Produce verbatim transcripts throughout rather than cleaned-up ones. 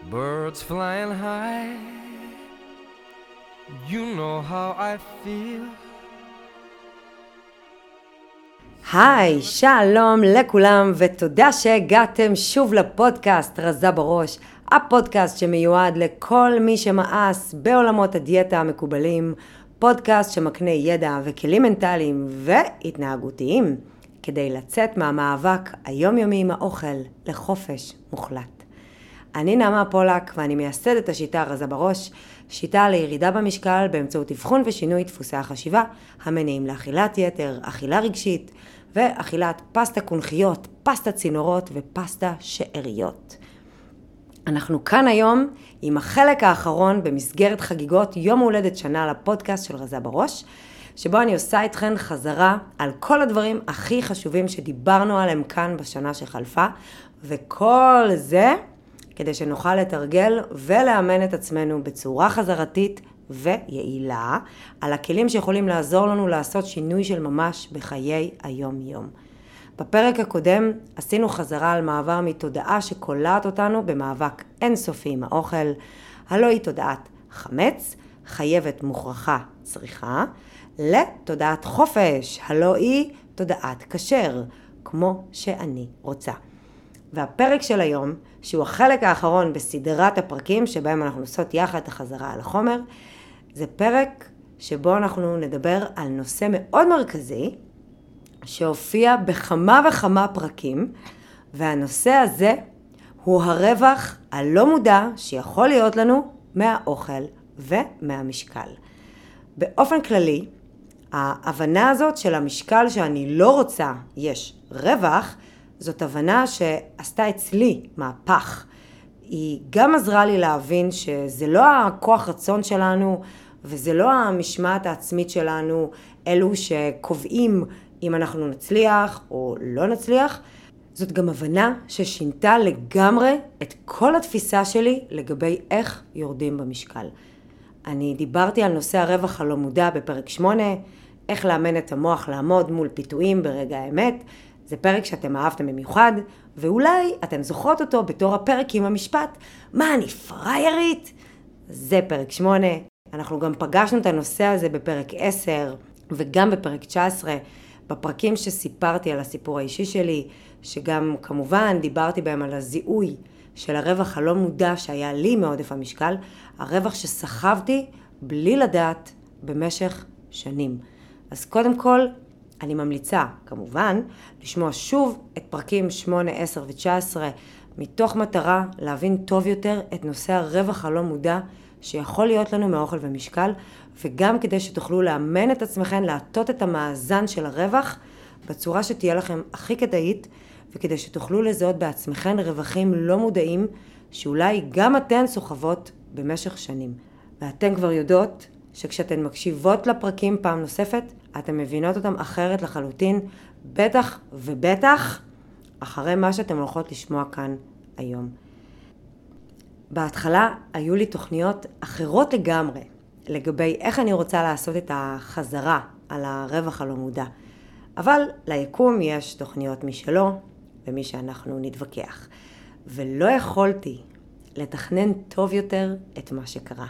Birds flying high, you know how I feel. היי, שלום לכולם ותודה שהגעתם שוב לפודקאסט רזה בראש, הפודקאסט שמיועד לכל מי שמאס בעולמות הדיאטה המקובלים, פודקאסט שמקנה ידע וכלים מנטליים והתנהגותיים כדי לצאת מהמאבק היומיומי עם האוכל לחופש מוחלט. אני נעמה פולק ואני מייסדת את השיטה רזה בראש, שיטה לירידה במשקל באמצעות אבחון ושינוי דפוסי החשיבה, המניעים לאכילת יתר, אכילה רגשית ואכילת פסטה קונכיות, פסטה צינורות ופסטה שאריות. אנחנו כאן היום עם החלק האחרון במסגרת חגיגות יום הולדת שנה לפודקאסט של רזה בראש, שבו אני עושה איתכן חזרה על כל הדברים הכי חשובים שדיברנו עליהם כאן בשנה שחלפה, וכל זה כדי שנוכל לתרגל ולאמן את עצמנו בצורה חזרתית ויעילה על הכלים שיכולים לעזור לנו לעשות שינוי של ממש בחיי היום-יום. בפרק הקודם עשינו חזרה על מעבר מתודעה שקולעת אותנו במאבק אינסופי עם האוכל, הלא היא תודעת חמץ, חייבת מוכרחה צריכה, לתודעת חופש, הלא היא תודעת כשר, כמו שאני רוצה. והפרק של היום, שהוא החלק האחרון בסדרת הפרקים שבהם אנחנו עושות יחד את החזרה על החומר, זה פרק שבו אנחנו נדבר על נושא מאוד מרכזי, שהופיע בכמה וכמה פרקים, והנושא הזה הוא הרווח הלא מודע שיכול להיות לנו מהאוכל ומהמשקל. באופן כללי, ההבנה הזאת של המשקל שאני לא רוצה יש רווח, זאת הבנה שעשתה אצלי מהפך. היא גם עזרה לי להבין שזה לא הכוח רצון שלנו, וזה לא המשמעת העצמית שלנו, אלו שקובעים אם אנחנו נצליח או לא נצליח. זאת גם הבנה ששינתה לגמרי את כל התפיסה שלי לגבי איך יורדים במשקל. אני דיברתי על נושא הרווח הלא מודע בפרק שמונה, איך לאמן את המוח לעמוד מול פיתויים ברגע האמת. זה פרק שאתם אהבתם במיוחד, ואולי אתם זוכרות אותו בתור הפרק עם המשפט, מה אני פריירית? זה פרק שמונה. אנחנו גם פגשנו את הנושא הזה בפרק עשר, וגם בפרק תשע עשרה, בפרקים שסיפרתי על הסיפור האישי שלי, שגם כמובן דיברתי בהם על הזיהוי של הרווח הלא מודע שהיה לי מעודף המשקל, הרווח שסחבתי בלי לדעת במשך שנים. אז קודם כל, אני ממליצה, כמובן, לשמוע שוב את פרקים שמונה, עשר ו-תשע עשרה, מתוך מטרה להבין טוב יותר את נושא הרווח הלא מודע שיכול להיות לנו מאוכל ומשקל, וגם כדי שתוכלו לאמן את עצמכם להטות את המאזן של הרווח בצורה שתהיה לכם הכי כדאית, וכדי שתוכלו לזהות בעצמכם רווחים לא מודעים שאולי גם אתן סוחבות במשך שנים. ואתן כבר יודעות שכשאתן מקשיבות לפרקים פעם נוספת, אתן מבינות אותם אחרת לחלוטין, בטח ובטח אחרי מה שאתן הולכות לשמוע כאן היום. בהתחלה היו לי תוכניות אחרות לגמרי, לגבי איך אני רוצה לעשות את החזרה על הרווח הלא מודע. אבל ליקום יש תוכניות משלו, ומי שאנחנו נתווכח. ולא יכולתי לתכנן טוב יותר את מה שקרה.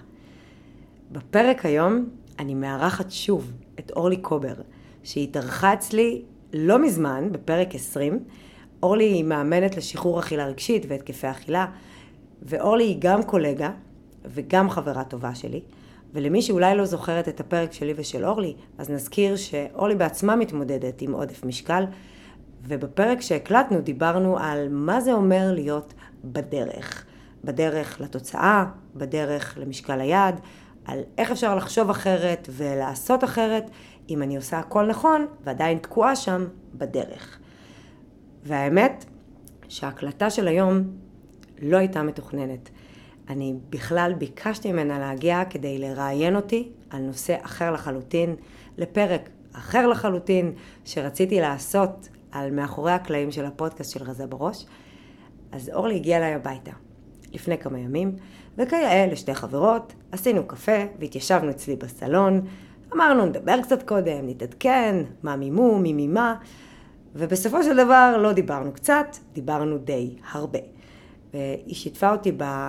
בפרק היום אני מארחת שוב את אורלי קובר, שהיא התארחה אצלי לא מזמן, בפרק עשרים. אורלי היא מאמנת לשחרור אכילה רגשית והתקפי אכילה, ואורלי היא גם קולגה וגם חברה טובה שלי. ולמי שאולי לא זוכרת את הפרק שלי ושל אורלי, אז נזכיר שאורלי בעצמה מתמודדת עם עודף משקל, ובפרק שהקלטנו דיברנו על מה זה אומר להיות בדרך. בדרך לתוצאה, בדרך למשקל היעד, על איך אפשר לחשוב אחרת ולעשות אחרת אם אני עושה הכל נכון ועדיין תקועה שם בדרך. והאמת שההקלטה של היום לא הייתה מתוכננת. אני בכלל ביקשתי ממנה להגיע כדי לראיין אותי על נושא אחר לחלוטין, לפרק אחר לחלוטין שרציתי לעשות על מאחורי הקלעים של הפודקאסט של רזה בראש. אז אורלי הגיעה אליי הביתה לפני כמה ימים, וכיאה לשתי חברות, עשינו קפה והתיישבנו אצלי בסלון, אמרנו נדבר קצת קודם, נתעדכן, מה מימו, מי מימה, ובסופו של דבר לא דיברנו קצת, דיברנו די הרבה. והיא שיתפה אותי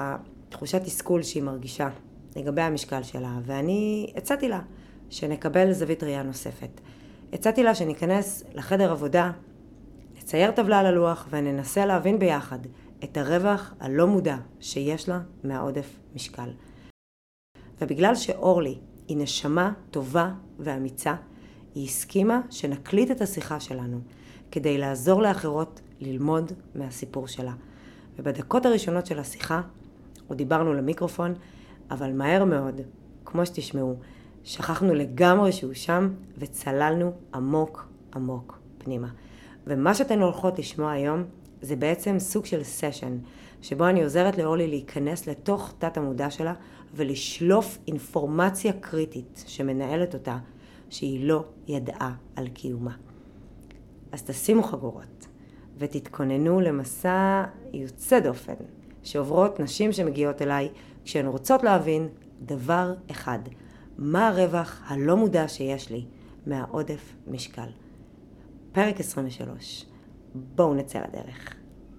תחושת תסכול שהיא מרגישה לגבי המשקל שלה, ואני הצעתי לה שנקבל זווית ראייה נוספת. הצעתי לה שניכנס לחדר עבודה, נצייר טבלה על הלוח וננסה להבין ביחד את הרווח הלא מודע שיש לה מהעודף משקל. ובגלל שאורלי היא נשמה טובה ואמיצה, היא הסכימה שנקליט את השיחה שלנו כדי לעזור לאחרות ללמוד מהסיפור שלה. ובדקות הראשונות של השיחה, עוד דיברנו למיקרופון, אבל מהר מאוד, כמו שתשמעו, שכחנו לגמרי שהוא שם וצללנו עמוק עמוק פנימה. ומה שאתן הולכות לשמוע היום זה בעצם סוג של סשן, שבו אני עוזרת לאורלי להיכנס לתוך תת המודע שלה ולשלוף אינפורמציה קריטית שמנהלת אותה, שהיא לא ידעה על קיומה. אז תשימו חגורות ותתכוננו למסע יוצא דופן שעוברות נשים שמגיעות אליי כשהן רוצות להבין דבר אחד, מה הרווח הלא מודע שיש לי מהעודף משקל. פרק עשרים ושלוש. בואו נצא לדרך.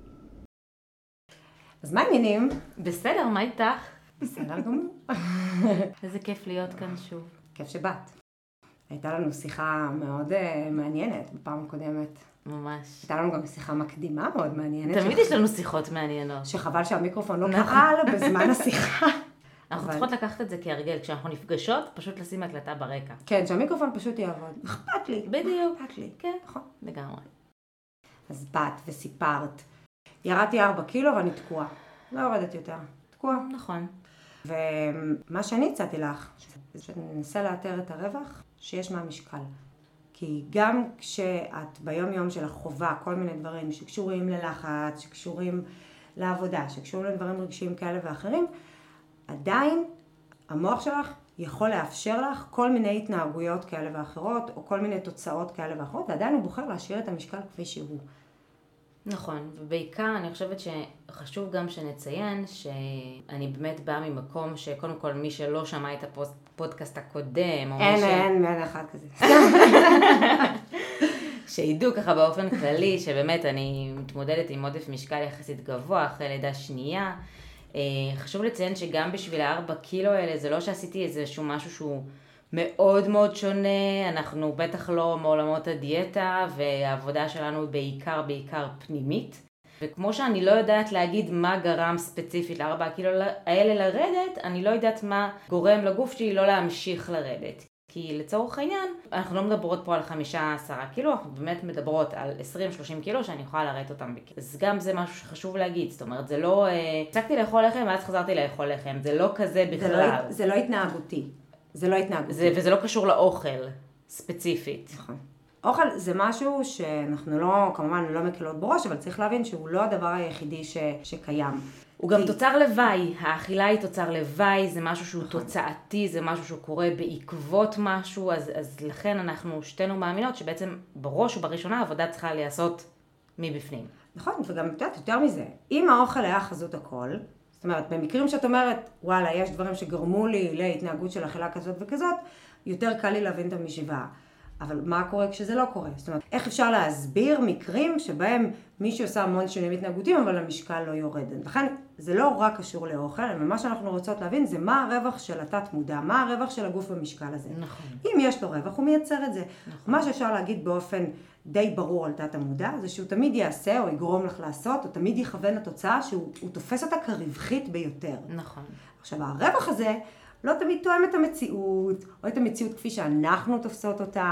אז מה העניינים? בסדר, מה איתך? בסדר גמור. איזה כיף להיות כאן שוב. כיף שבאת. הייתה לנו שיחה מאוד uh, מעניינת בפעם הקודמת. ממש. הייתה לנו גם שיחה מקדימה מאוד מעניינת. תמיד יש לנו שיחות מעניינות. שחבל שהמיקרופון לא פעל בזמן השיחה. אנחנו צריכות לקחת את זה כהרגל. כשאנחנו נפגשות, פשוט לשים הקלטה ברקע. כן, שהמיקרופון פשוט יעבוד. אכפת לי. בדיוק. אכפת לי. כן, נכון. לגמרי. אז באת וסיפרת. ירדתי ארבע קילו ואני תקועה. לא יורדת יותר. תקועה. נכון. ומה שאני הצעתי לך, זה שננסה לאתר את הרווח שיש מהמשקל. כי גם כשאת ביום יום שלך חובה כל מיני דברים שקשורים ללחץ, שקשורים לעבודה, שקשורים לדברים רגשיים כאלה ואחרים, עדיין המוח שלך יכול לאפשר לך כל מיני התנהגויות כאלה ואחרות, או כל מיני תוצאות כאלה ואחרות, ועדיין הוא בוחר להשאיר את המשקל כפי שהוא. נכון, ובעיקר אני חושבת שחשוב גם שנציין שאני באמת באה ממקום שקודם כל מי שלא שמע את הפודקאסט הקודם, או אין, מי ש... אין, אין אחד כזה. שידעו ככה באופן כללי, שבאמת אני מתמודדת עם עודף משקל יחסית גבוה אחרי לידה שנייה. חשוב לציין שגם בשביל הארבע קילו האלה, זה לא שעשיתי איזשהו משהו שהוא מאוד מאוד שונה, אנחנו בטח לא מעולמות הדיאטה, והעבודה שלנו היא בעיקר בעיקר פנימית. וכמו שאני לא יודעת להגיד מה גרם ספציפית לארבע הקילו האלה לרדת, אני לא יודעת מה גורם לגוף שלי לא להמשיך לרדת. כי לצורך העניין, אנחנו לא מדברות פה על חמישה עשרה קילו, אנחנו באמת מדברות על עשרים שלושים קילו שאני יכולה לרדת אותם בקילו. אז גם זה משהו שחשוב להגיד, זאת אומרת, זה לא... הפסקתי לאכול לחם ואז חזרתי לאכול לחם, זה לא כזה בכלל. זה לא, זה לא התנהגותי. זה לא התנהגותי. זה, וזה לא קשור לאוכל, ספציפית. נכון. אוכל זה משהו שאנחנו לא, כמובן לא מקלות בראש, אבל צריך להבין שהוא לא הדבר היחידי ש, שקיים. הוא גם תוצר לוואי, האכילה היא תוצר לוואי, זה משהו שהוא תוצאתי, זה משהו שהוא קורה בעקבות משהו, אז, אז לכן אנחנו שתינו מאמינות שבעצם בראש ובראשונה העבודה צריכה להיעשות מבפנים. נכון, וגם יודעת, יותר מזה, אם האוכל היה חזות הכל, זאת אומרת, במקרים שאת אומרת, וואלה, יש דברים שגרמו לי להתנהגות של אכילה כזאת וכזאת, יותר קל לי להבין את המשוואה. אבל מה קורה כשזה לא קורה? זאת אומרת, איך אפשר להסביר מקרים שבהם מישהו עושה המון שינויים התנהגותיים, אבל המשקל לא יורד? לכן, זה לא רק קשור לאוכל, אבל מה שאנחנו רוצות להבין זה מה הרווח של התת מודע, מה הרווח של הגוף במשקל הזה. נכון. אם יש לו רווח, הוא מייצר את זה. נכון. מה שאפשר להגיד באופן די ברור על תת המודע, זה שהוא תמיד יעשה או יגרום לך לעשות, או תמיד יכוון לתוצאה שהוא תופס אותה כרווחית ביותר. נכון. עכשיו, הרווח הזה לא תמיד תואם את המציאות, או את המציאות כפי שאנחנו תופסות אותה,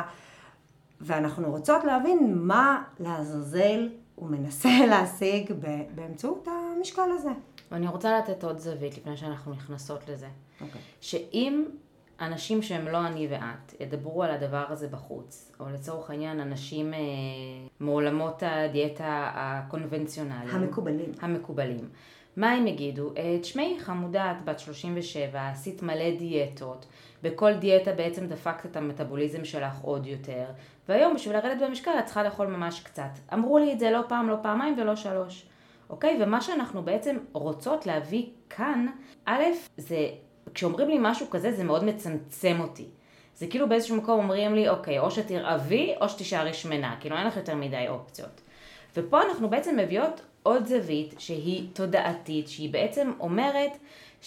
ואנחנו רוצות להבין מה לעזאזל הוא מנסה להשיג באמצעות המשקל הזה. ואני רוצה לתת עוד זווית לפני שאנחנו נכנסות לזה. אוקיי. שאם אנשים שהם לא אני ואת ידברו על הדבר הזה בחוץ, או לצורך העניין אנשים אה, מעולמות הדיאטה הקונבנציונליים. המקובלים. המקובלים. מה הם יגידו? תשמעי חמודה, את בת שלושים ושבע, עשית מלא דיאטות, בכל דיאטה בעצם דפקת את המטאבוליזם שלך עוד יותר, והיום בשביל לרדת במשקל את צריכה לאכול ממש קצת. אמרו לי את זה לא פעם, לא פעמיים ולא שלוש. אוקיי? ומה שאנחנו בעצם רוצות להביא כאן, א', זה, כשאומרים לי משהו כזה זה מאוד מצמצם אותי. זה כאילו באיזשהו מקום אומרים לי, אוקיי, או שתרעבי או שתישארי שמנה, כאילו אין לך יותר מדי אופציות. ופה אנחנו בעצם מביאות עוד זווית שהיא תודעתית, שהיא בעצם אומרת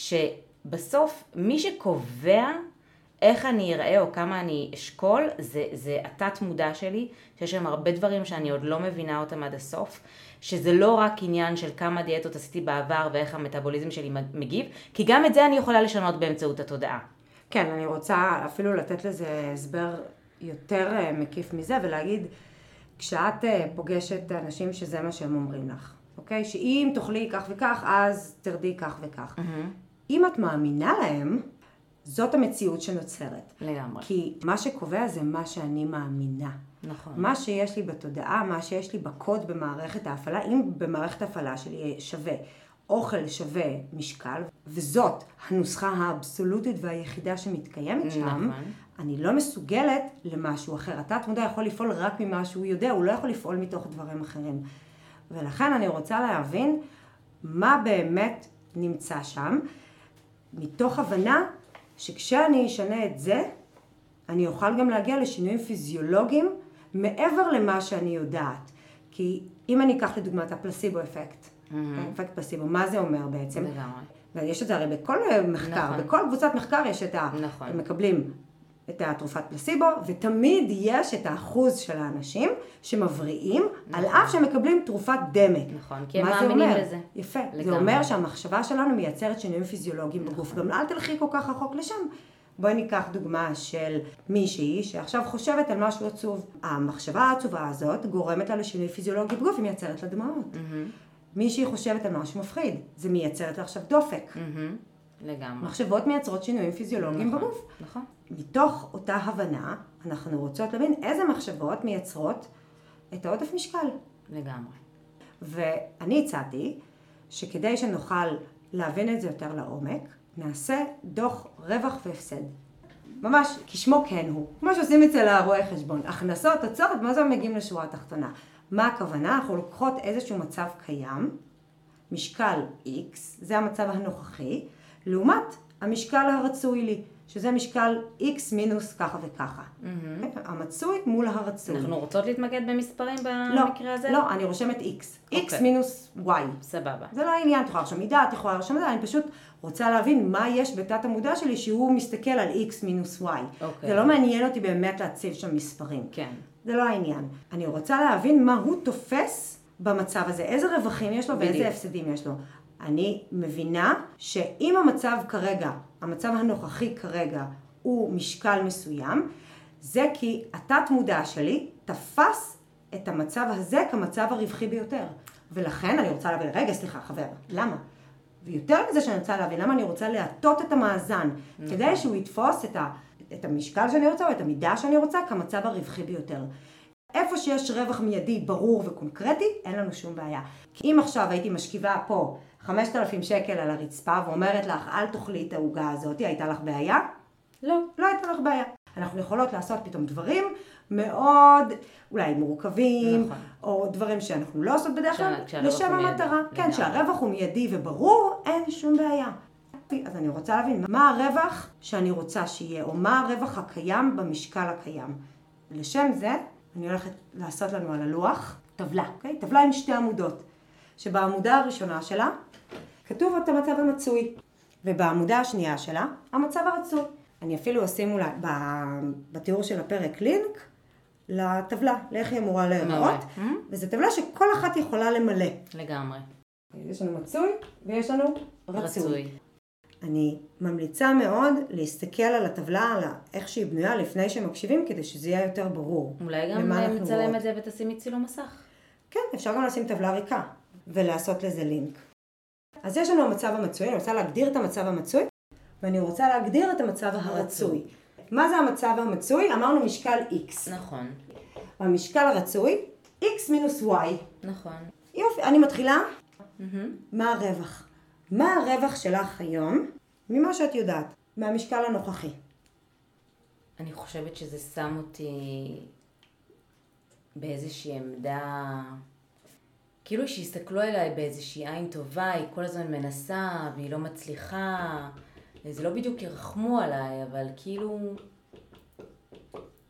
שבסוף מי שקובע איך אני אראה או כמה אני אשכול, זה, זה התת מודע שלי, שיש שם הרבה דברים שאני עוד לא מבינה אותם עד הסוף, שזה לא רק עניין של כמה דיאטות עשיתי בעבר ואיך המטאבוליזם שלי מגיב, כי גם את זה אני יכולה לשנות באמצעות התודעה. כן, אני רוצה אפילו לתת לזה הסבר יותר מקיף מזה ולהגיד, כשאת פוגשת אנשים שזה מה שהם אומרים לך, אוקיי? שאם תאכלי כך וכך, אז תרדי כך וכך. Mm-hmm. אם את מאמינה להם, זאת המציאות שנוצרת. לגמרי. כי מה שקובע זה מה שאני מאמינה. נכון. מה שיש לי בתודעה, מה שיש לי בקוד במערכת ההפעלה, אם במערכת ההפעלה שלי שווה, אוכל שווה משקל, וזאת הנוסחה האבסולוטית והיחידה שמתקיימת שם, נכון. אני לא מסוגלת למשהו אחר. התת מודע יכול לפעול רק ממה שהוא יודע, הוא לא יכול לפעול מתוך דברים אחרים. ולכן אני רוצה להבין מה באמת נמצא שם, מתוך הבנה שכשאני אשנה את זה, אני אוכל גם להגיע לשינויים פיזיולוגיים מעבר למה שאני יודעת. כי אם אני אקח לדוגמת הפלסיבו אפקט, mm-hmm. אפקט פלסיבו, מה זה אומר בעצם? לגמרי. יש את זה הרי בכל מחקר, נכון. בכל קבוצת מחקר יש את ה... נכון. הם מקבלים את התרופת פלסיבו, ותמיד יש את האחוז של האנשים שמבריאים, נכון. על אף שהם מקבלים תרופת דמה. נכון, כי הם מאמינים לזה. יפה. לגמרי. זה אומר שהמחשבה שלנו מייצרת שינויים פיזיולוגיים נכון. בגוף. גם אל תלכי כל כך רחוק לשם. בואי ניקח דוגמה של מישהי שעכשיו חושבת על משהו עצוב. המחשבה העצובה הזאת גורמת לה לשינוי פיזיולוגי בגוף, היא מייצרת לה דמעות. Mm-hmm. מישהי חושבת על משהו מפחיד, זה מייצרת לה עכשיו דופק. Mm-hmm. לגמרי. מחשבות מייצרות שינויים פיזיולוגיים נכון, בגוף. נכון. מתוך אותה הבנה, אנחנו רוצות להבין איזה מחשבות מייצרות את העודף משקל. לגמרי. ואני הצעתי שכדי שנוכל להבין את זה יותר לעומק, נעשה דוח רווח והפסד. ממש, כשמו כן הוא. כמו שעושים אצל הרואי חשבון. הכנסות, תוצאות, מה זה מגיעים לשורה התחתונה? מה הכוונה? אנחנו לוקחות איזשהו מצב קיים, משקל X, זה המצב הנוכחי, לעומת המשקל הרצוי לי, שזה משקל X מינוס ככה וככה. Mm-hmm. המצוי מול הרצוי. אנחנו רוצות להתמקד במספרים לא, במקרה הזה? לא, אני רושמת X. Okay. X מינוס Y. סבבה. זה לא העניין, את יכולה לרשום מידה, את יכולה לרשום מידה, אני פשוט רוצה להבין מה יש בתת המודע שלי שהוא מסתכל על X מינוס Y. Okay. זה לא מעניין אותי באמת להציב שם מספרים. כן. זה לא העניין. אני רוצה להבין מה הוא תופס במצב הזה, איזה רווחים יש לו בדיוק. ואיזה הפסדים יש לו. אני מבינה שאם המצב כרגע, המצב הנוכחי כרגע, הוא משקל מסוים, זה כי התת מודע שלי תפס את המצב הזה כמצב הרווחי ביותר. ולכן אני רוצה להבין, רגע, סליחה, חבר, למה? ויותר מזה שאני רוצה להבין, למה אני רוצה להטות את המאזן, נכון. כדי שהוא יתפוס את, ה, את המשקל שאני רוצה או את המידה שאני רוצה כמצב הרווחי ביותר. איפה שיש רווח מיידי, ברור וקונקרטי, אין לנו שום בעיה. כי אם עכשיו הייתי משכיבה פה חמשת אלפים שקל על הרצפה ואומרת לך, אל תאכלי את העוגה הזאת, הייתה לך בעיה? לא, לא הייתה לך בעיה. אנחנו יכולות לעשות פתאום דברים מאוד, אולי מורכבים, נכון. או דברים שאנחנו לא עושות בדרך כלל, לשם המטרה. כן, שהרווח הוא מיידי וברור, אין שום בעיה. אז אני רוצה להבין מה הרווח שאני רוצה שיהיה, או מה הרווח הקיים במשקל הקיים. לשם זה, אני הולכת לעשות לנו על הלוח טבלה, אוקיי? טבלה עם שתי עמודות, שבעמודה הראשונה שלה כתוב את המצב המצוי, ובעמודה השנייה שלה המצב הרצוי. אני אפילו אשים אולי בתיאור של הפרק לינק לטבלה, לאיך היא אמורה להיראות, וזו טבלה שכל אחת יכולה למלא. לגמרי. יש לנו מצוי ויש לנו רצוי. רצוי. אני ממליצה מאוד להסתכל על הטבלה, על איך שהיא בנויה לפני שמקשיבים, כדי שזה יהיה יותר ברור. אולי גם נצלם את זה ותשימי צילום מסך. כן, אפשר גם לשים טבלה ריקה ולעשות לזה לינק. אז יש לנו המצב המצוי, אני רוצה להגדיר את המצב המצוי, ואני רוצה להגדיר את המצב הרצוי. מה זה המצב המצוי? אמרנו משקל X. נכון. המשקל הרצוי, X מינוס Y. נכון. יופי, אני מתחילה. מה הרווח? מה הרווח שלך היום, ממה שאת יודעת, מהמשקל הנוכחי? אני חושבת שזה שם אותי באיזושהי עמדה, כאילו שיסתכלו אליי באיזושהי עין טובה, היא כל הזמן מנסה והיא לא מצליחה. זה לא בדיוק ירחמו עליי, אבל כאילו,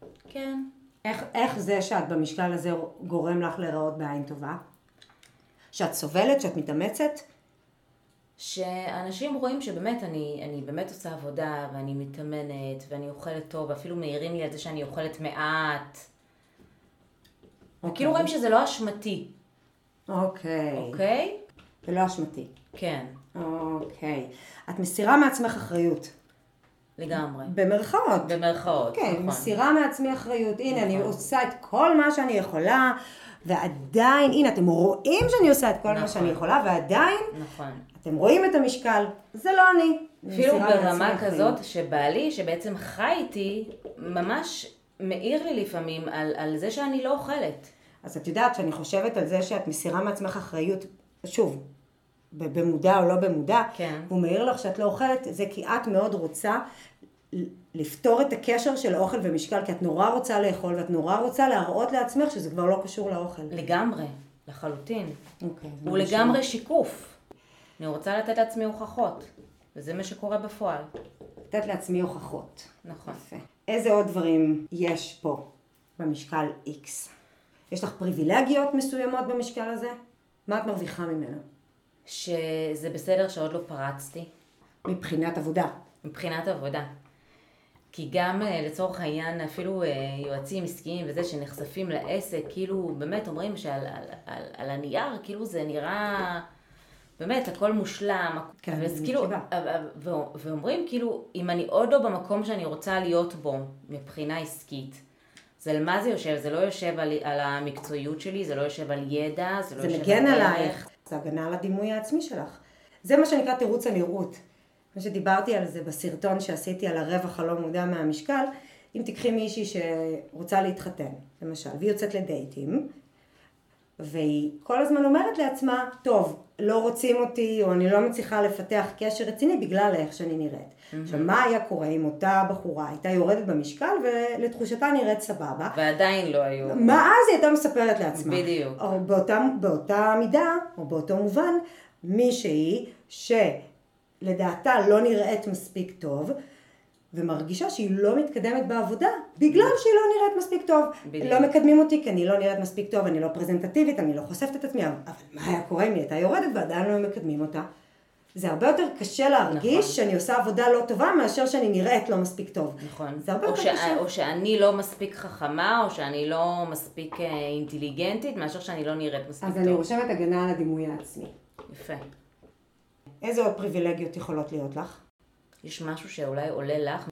כן. איך, איך זה שאת במשקל הזה גורם לך לראות בעין טובה? שאת סובלת, שאת מתאמצת? שאנשים רואים שבאמת אני, אני באמת עושה עבודה ואני מתאמנת ואני אוכלת טוב, ואפילו מעירים לי על זה שאני אוכלת מעט. וכאילו רואים שזה לא אשמתי. אוקיי. אוקיי? זה לא אשמתי. כן. אוקיי. את מסירה מעצמך אחריות. לגמרי. במרכאות. במרכאות, כן, נכון. מסירה מעצמי אחריות. הנה, אני עושה את כל מה שאני יכולה, ועדיין, הנה, אתם רואים שאני עושה את כל מה שאני יכולה, ועדיין, נכון. אתם רואים את המשקל. זה לא אני. אפילו ברמה כזאת שבעלי, שבעצם חי איתי, ממש מעיר לי לפעמים על, על זה שאני לא אוכלת. אז את יודעת שאני חושבת על זה שאת מסירה מעצמך אחריות, שוב, במודע או לא במודע, כן. הוא מעיר לך שאת לא אוכלת, זה כי את מאוד רוצה לפתור את הקשר של אוכל ומשקל, כי את נורא רוצה לאכול, ואת נורא רוצה להראות לעצמך שזה כבר לא קשור לאוכל. לגמרי, לחלוטין. אוקיי, הוא לגמרי שיקוף. אני רוצה לתת לעצמי הוכחות, וזה מה שקורה בפועל. לתת לעצמי הוכחות. נכון. יפה. איזה עוד דברים יש פה במשקל X? יש לך פריבילגיות מסוימות במשקל הזה? מה את מרוויחה ממנו? שזה בסדר שעוד לא פרצתי. מבחינת עבודה. מבחינת עבודה. כי גם לצורך העניין, אפילו יועצים עסקיים וזה שנחשפים לעסק, כאילו באמת אומרים שעל על, על, על הנייר, כאילו זה נראה, באמת הכל מושלם. כן, אז כאילו, ואומרים כאילו, אם אני עוד לא במקום שאני רוצה להיות בו, מבחינה עסקית, זה על מה זה יושב? זה לא יושב על, על המקצועיות שלי, זה לא יושב על ידע, זה לא זה יושב מגן על עלייך. זה הגנה על הדימוי העצמי שלך. זה מה שנקרא תירוץ הנראות. מה שדיברתי על זה בסרטון שעשיתי על הרווח הלא מודע מהמשקל, אם תקחי מישהי שרוצה להתחתן, למשל, והיא יוצאת לדייטים, והיא כל הזמן אומרת לעצמה, טוב, לא רוצים אותי, או אני לא מצליחה לפתח קשר רציני בגלל איך שאני נראית. Mm-hmm. עכשיו, מה היה קורה אם אותה בחורה הייתה יורדת במשקל, ולתחושתה נראית סבבה? ועדיין לא היו. מה אז היא הייתה מספרת לעצמה? בדיוק. או באותה, באותה מידה, או באותו מובן, מישהי שלדעתה לא נראית מספיק טוב, ומרגישה שהיא לא מתקדמת בעבודה, בגלל שהיא לא נראית מספיק טוב. בדיוק. לא מקדמים אותי כי אני לא נראית מספיק טוב, אני לא פרזנטטיבית, אני לא חושפת את עצמי, אבל מה היה קורה אם היא הייתה יורדת ועדיין לא מקדמים אותה? זה הרבה יותר קשה להרגיש נכון. שאני עושה עבודה לא טובה, מאשר שאני נראית לא מספיק טוב. נכון. זה הרבה או יותר ש... קשה. או שאני לא מספיק חכמה, או שאני לא מספיק אינטליגנטית, מאשר שאני לא נראית מספיק אז טוב. אז אני רושמת הגנה על הדימוי העצמי. יפה. איזה עוד פריבילגיות יכולות להיות לך? יש משהו שאולי עולה לך?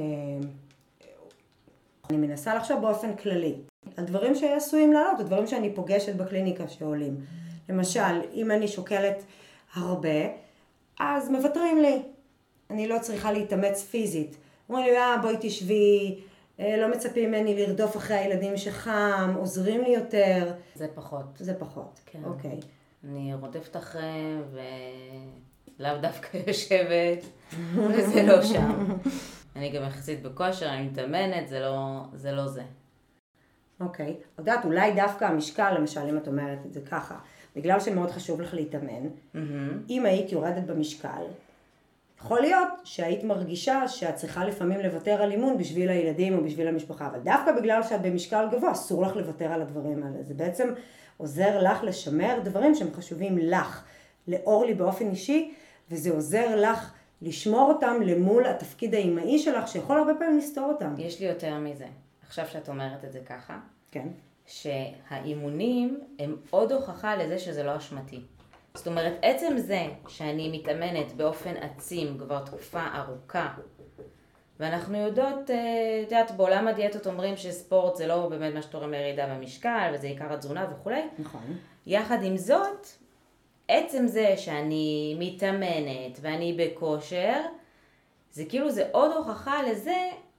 אני מנסה לחשוב באופן כללי, על דברים שעשויים לעלות, או דברים שאני פוגשת בקליניקה שעולים. למשל, אם אני שוקלת הרבה, אז מבטרים לי. אני לא צריכה להתאמץ פיזית. אומרים לי, אה, בואי תשבי, לא מצפים ממני לרדוף אחרי הילדים שחם, עוזרים לי יותר. זה פחות. זה פחות, כן. אוקיי. אני רודפת אחריהם, ולאו דווקא יושבת, וזה לא שם. אני גם יחסית בכושר, אני מתאמנת, זה לא זה. לא זה. אוקיי. יודעת, אולי דווקא המשקל, למשל, אם את אומרת את זה ככה, בגלל שמאוד חשוב לך להתאמן, mm-hmm. אם היית יורדת במשקל, יכול להיות שהיית מרגישה שאת צריכה לפעמים לוותר על אימון בשביל הילדים או בשביל המשפחה, אבל דווקא בגלל שאת במשקל גבוה, אסור לך לוותר על הדברים האלה. זה בעצם עוזר לך לשמר דברים שהם חשובים לך, לאור לי באופן אישי, וזה עוזר לך לשמור אותם למול התפקיד האימהי שלך, שיכול הרבה פעמים לסתור אותם. יש לי יותר מזה. עכשיו שאת אומרת את זה ככה. כן. שהאימונים הם עוד הוכחה לזה שזה לא אשמתי. זאת אומרת, עצם זה שאני מתאמנת באופן עצים כבר תקופה ארוכה, ואנחנו יודעות, את יודעת, בעולם הדיאטות אומרים שספורט זה לא באמת מה שתורם לירידה במשקל, וזה עיקר התזונה וכולי. נכון. יחד עם זאת, עצם זה שאני מתאמנת ואני בכושר, זה כאילו זה עוד הוכחה לזה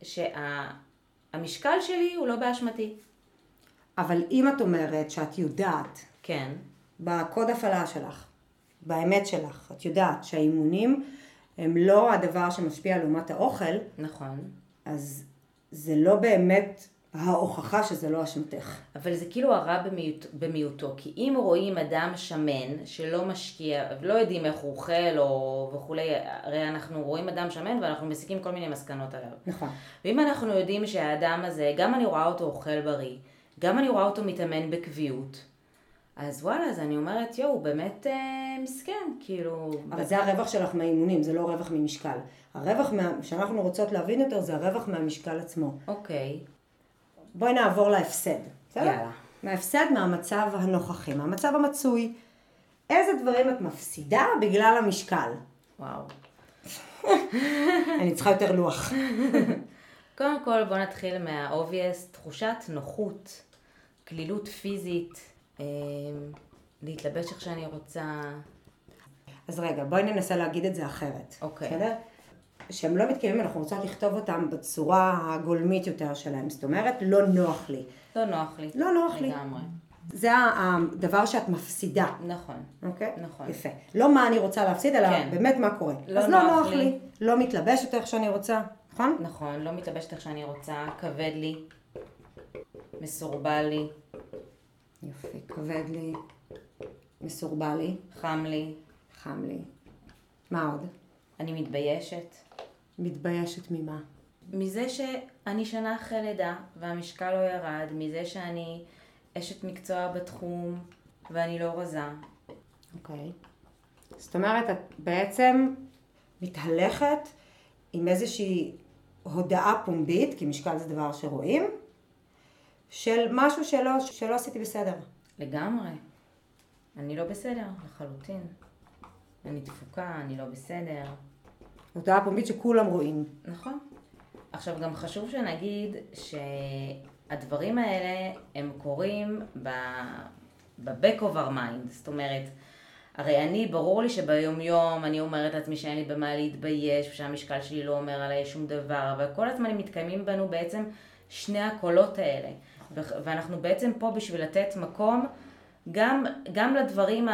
שהמשקל שלי הוא לא באשמתי. אבל אם את אומרת שאת יודעת, כן. בקוד הפעלה שלך, באמת שלך, את יודעת שהאימונים הם לא הדבר שמשפיע לעומת האוכל. נכון. אז זה לא באמת ההוכחה שזה לא אשמתך. אבל זה כאילו הרע במיעוט, במיעוטו, כי אם רואים אדם שמן שלא משקיע, ולא יודעים איך הוא אוכל או וכולי, הרי אנחנו רואים אדם שמן ואנחנו מסיקים כל מיני מסקנות עליו. נכון. ואם אנחנו יודעים שהאדם הזה, גם אני רואה אותו אוכל בריא, גם אני רואה אותו מתאמן בקביעות, אז וואלה, אז אני אומרת, יואו, הוא באמת אה, מסכן, כאילו... אבל זה הרווח שלך מהאימונים, זה לא רווח ממשקל. הרווח מה... שאנחנו רוצות להבין יותר זה הרווח מהמשקל עצמו. אוקיי. בואי נעבור להפסד. בסדר? יאללה. מההפסד מהמצב הנוכחי, מהמצב המצוי. איזה דברים את מפסידה בגלל המשקל? וואו. אני צריכה יותר לוח. קודם כל בוא נתחיל מה-obvious, תחושת נוחות, כלילות פיזית, אה, להתלבש איך שאני רוצה. אז רגע, בואי ננסה להגיד את זה אחרת. אוקיי. בסדר? שהם לא מתקיימים, אנחנו רוצות לכתוב אותם בצורה הגולמית יותר שלהם. זאת אומרת, לא נוח לי. לא נוח לי. לא נוח לי. לגמרי. זה הדבר שאת מפסידה. נכון. אוקיי? נכון. יפה. לא מה אני רוצה להפסיד, אלא כן. באמת מה קורה. לא אז לא נוח נוח לי. לי. לא מתלבשת איך שאני רוצה. נכון? נכון, לא מתלבשת איך שאני רוצה, כבד לי, מסורבל לי, יופי. כבד לי. מסורבל לי. חם לי, חם לי. מה עוד? אני מתביישת. מתביישת ממה? מזה שאני שנה אחרי לידה והמשקל לא ירד, מזה שאני אשת מקצוע בתחום ואני לא רזה. אוקיי. זאת אומרת, את בעצם מתהלכת עם איזושהי הודעה פומבית, כי משקל זה דבר שרואים, של משהו שלא, שלא עשיתי בסדר. לגמרי. אני לא בסדר, לחלוטין. אני דפוקה, אני לא בסדר. הודעה פומבית שכולם רואים. נכון. עכשיו גם חשוב שנגיד שהדברים האלה הם קורים ב-back of our mind. זאת אומרת, הרי אני, ברור לי שביום יום אני אומרת לעצמי שאין לי במה להתבייש ושהמשקל שלי לא אומר עליי שום דבר, אבל כל הזמן הם מתקיימים בנו בעצם שני הקולות האלה. ואנחנו בעצם פה בשביל לתת מקום גם, גם לדברים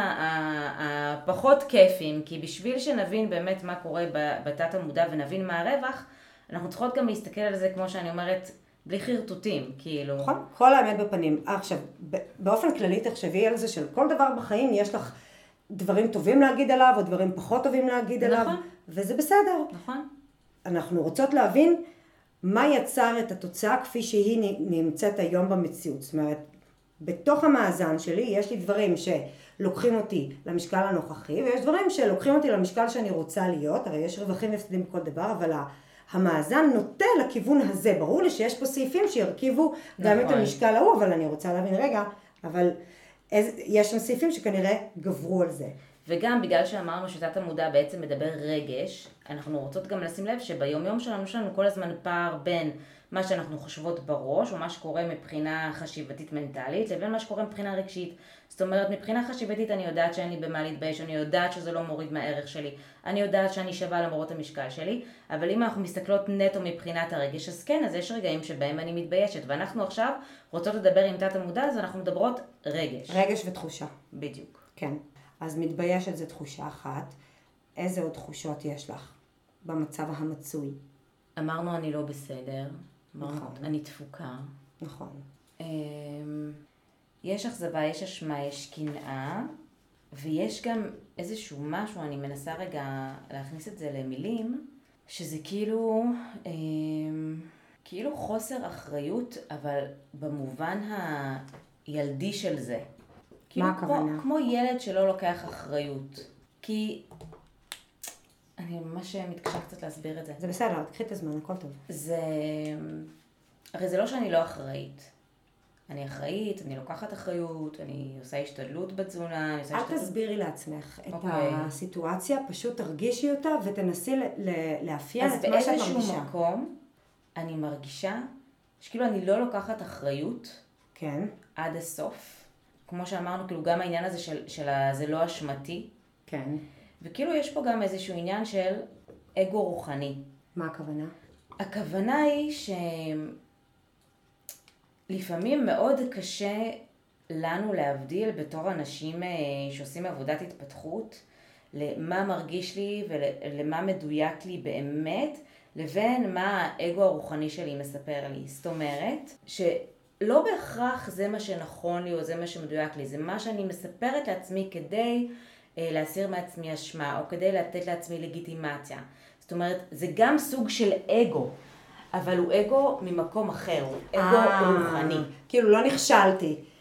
הפחות כיפים, כי בשביל שנבין באמת מה קורה בתת המודע ונבין מה הרווח, אנחנו צריכות גם להסתכל על זה, כמו שאני אומרת, בלי חרטוטים, כאילו. נכון, כל האמת בפנים. עכשיו, באופן כללי תחשבי על זה של כל דבר בחיים יש לך דברים טובים להגיד עליו, או דברים פחות טובים להגיד עליו, נכון. וזה בסדר. נכון. אנחנו רוצות להבין מה יצר את התוצאה כפי שהיא נמצאת היום במציאות. זאת אומרת, בתוך המאזן שלי יש לי דברים שלוקחים אותי למשקל הנוכחי, ויש דברים שלוקחים אותי למשקל שאני רוצה להיות, הרי יש רווחים והפסדים בכל דבר, אבל המאזן נוטה לכיוון הזה. ברור לי שיש פה סעיפים שירכיבו גם נכון. את המשקל ההוא, אבל אני רוצה להבין רגע, אבל איזה, יש שם סעיפים שכנראה גברו על זה. וגם בגלל שאמרנו שתת המודע בעצם מדבר רגש, אנחנו רוצות גם לשים לב שביום יום שלנו יש לנו כל הזמן פער בין מה שאנחנו חושבות בראש, או מה שקורה מבחינה חשיבתית מנטלית, לבין מה שקורה מבחינה רגשית. זאת אומרת, מבחינה חשיבתית אני יודעת שאין לי במה להתבייש, אני יודעת שזה לא מוריד מהערך שלי, אני יודעת שאני שווה למרות המשקל שלי, אבל אם אנחנו מסתכלות נטו מבחינת הרגש, אז כן, אז יש רגעים שבהם אני מתביישת, ואנחנו עכשיו רוצות לדבר עם תת המודע, אז אנחנו מדברות רגש. רגש ותחושה. בדיוק. כן. אז מתביישת זה תחושה אחת. איזה עוד תחושות יש לך במצב המצוי? אמרנו אני לא בסדר, אמרנו נכון. אני דפוקה. נכון. אמ, יש אכזבה, יש אשמה, יש קנאה, ויש גם איזשהו משהו, אני מנסה רגע להכניס את זה למילים, שזה כאילו, אמ, כאילו חוסר אחריות, אבל במובן הילדי של זה. כאילו מה הכוונה? כמו, כמו ילד שלא לוקח אחריות. כי אני ממש מתקשה קצת להסביר את זה. זה בסדר, תקחי את הזמן, הכל טוב. זה... הרי זה לא שאני לא אחראית. אני אחראית, אני לוקחת אחריות, אני עושה השתדלות בתזונה, אני עושה אל השתדלות... תסבירי לעצמך את אוקיי. הסיטואציה, פשוט תרגישי אותה ותנסי ל- ל- לאפיין אז את מה שאת באיזשהו מרגישה. מקום אני מרגישה שכאילו אני לא לוקחת אחריות כן, עד הסוף. כמו שאמרנו, כאילו גם העניין הזה של, של ה... זה לא אשמתי. כן. וכאילו יש פה גם איזשהו עניין של אגו רוחני. מה הכוונה? הכוונה היא שלפעמים מאוד קשה לנו להבדיל בתור אנשים שעושים עבודת התפתחות, למה מרגיש לי ולמה מדויק לי באמת, לבין מה האגו הרוחני שלי מספר לי. זאת אומרת, שלא בהכרח זה מה שנכון לי או זה מה שמדויק לי, זה מה שאני מספרת לעצמי כדי להסיר מעצמי אשמה או כדי לתת לעצמי לגיטימציה. זאת אומרת, זה גם סוג של אגו, אבל הוא אגו ממקום אחר, הוא אגו רוחני. כאילו לא נכשלתי,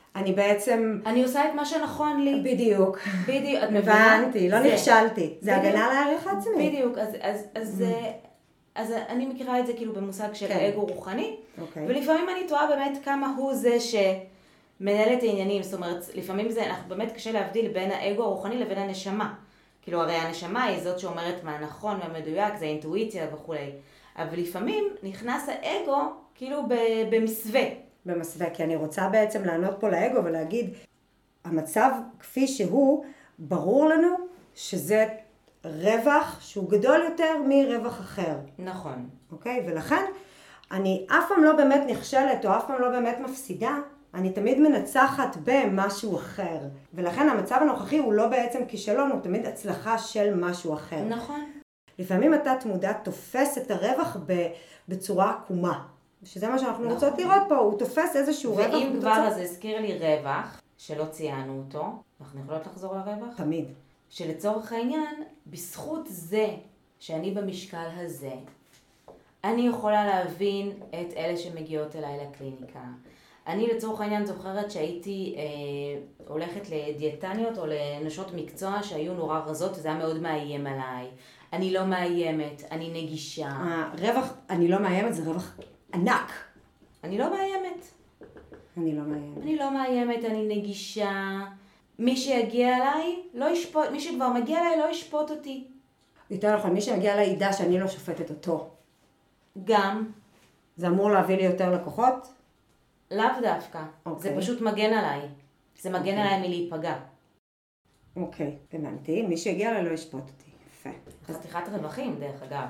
אני בעצם... אני עושה את מה שנכון לי. בדיוק. בדיוק, את מבינה? הבנתי, לא זה. נכשלתי. זה בדיוק. הגנה לערך עצמי. בדיוק, אז, אז, אז, אז אני מכירה את זה כאילו במושג של כן. אגו רוחני, אוקיי. ולפעמים אני תוהה באמת כמה הוא זה שמנהל את העניינים, זאת אומרת, לפעמים זה, אנחנו באמת קשה להבדיל בין האגו הרוחני לבין הנשמה. כאילו הרי הנשמה היא זאת שאומרת מה נכון, מה מדויק, זה האינטואיציה וכו'. אבל לפעמים נכנס האגו כאילו במסווה. במסווה, כי אני רוצה בעצם לענות פה לאגו ולהגיד, המצב כפי שהוא, ברור לנו שזה רווח שהוא גדול יותר מרווח אחר. נכון. אוקיי? ולכן אני אף פעם לא באמת נכשלת או אף פעם לא באמת מפסידה, אני תמיד מנצחת במשהו אחר. ולכן המצב הנוכחי הוא לא בעצם כישלון, הוא תמיד הצלחה של משהו אחר. נכון. לפעמים אתה תמודע תופס את הרווח בצורה עקומה. שזה מה שאנחנו נכון. רוצות לראות פה, הוא תופס איזשהו רווח. ואם כבר אז הזכיר לי רווח, שלא ציינו אותו, אנחנו יכולות לחזור לרווח? תמיד. שלצורך העניין, בזכות זה שאני במשקל הזה, אני יכולה להבין את אלה שמגיעות אליי לקליניקה. אני לצורך העניין זוכרת שהייתי אה, הולכת לדיאטניות או לנשות מקצוע שהיו נורא רזות, וזה היה מאוד מאיים עליי. אני לא מאיימת, אני נגישה. הרווח, אני לא מאיימת, זה רווח ענק. אני לא מאיימת. אני לא מאיימת. אני לא מאיימת, אני נגישה. מי שיגיע אליי, לא ישפוט, מי שכבר מגיע אליי לא ישפוט אותי. יותר נכון, מי שמגיע אליי ידע שאני לא שופטת אותו. גם. זה אמור להביא לי יותר לקוחות? לאו דווקא. אוקיי. זה פשוט מגן עליי. זה מגן אוקיי. עליי מלהיפגע. אוקיי, הבנתי. מי שיגיע אליי לא ישפוט אותי. יפה. חתיכת רווחים, דרך אגב.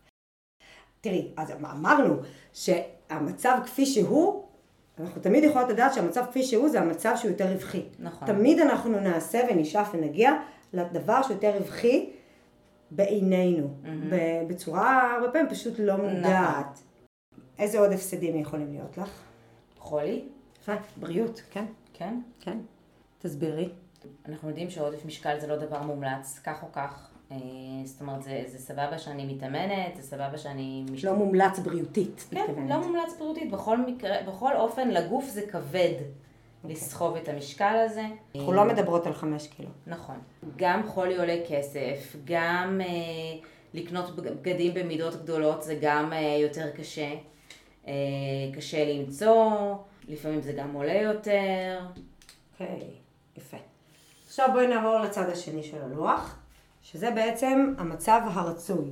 תראי, אז אמרנו שהמצב כפי שהוא, אנחנו תמיד יכולות לדעת שהמצב כפי שהוא זה המצב שהוא יותר רווחי. נכון. תמיד אנחנו נעשה ונשאף ונגיע לדבר שהוא יותר רווחי בעינינו. Mm-hmm. בצורה הרבה פעמים פשוט לא מודעת. נכון. איזה עוד הפסדים יכולים להיות לך? חולי? יפה, בריאות, כן. כן. כן. תסבירי. אנחנו יודעים שעודף משקל זה לא דבר מומלץ, כך או כך. זאת אומרת, זה, זה סבבה שאני מתאמנת, זה סבבה שאני... משת... לא מומלץ בריאותית. כן, מתכוונת. לא מומלץ בריאותית. בכל, מקרה, בכל אופן, לגוף זה כבד okay. לסחוב את המשקל הזה. אנחנו לא מדברות על חמש קילו. נכון. גם חולי עולה כסף, גם אה, לקנות בגדים במידות גדולות זה גם אה, יותר קשה. אה, קשה למצוא, לפעמים זה גם עולה יותר. אוקיי, okay, יפה. עכשיו בואי נעבור לצד השני של הלוח. שזה בעצם המצב הרצוי.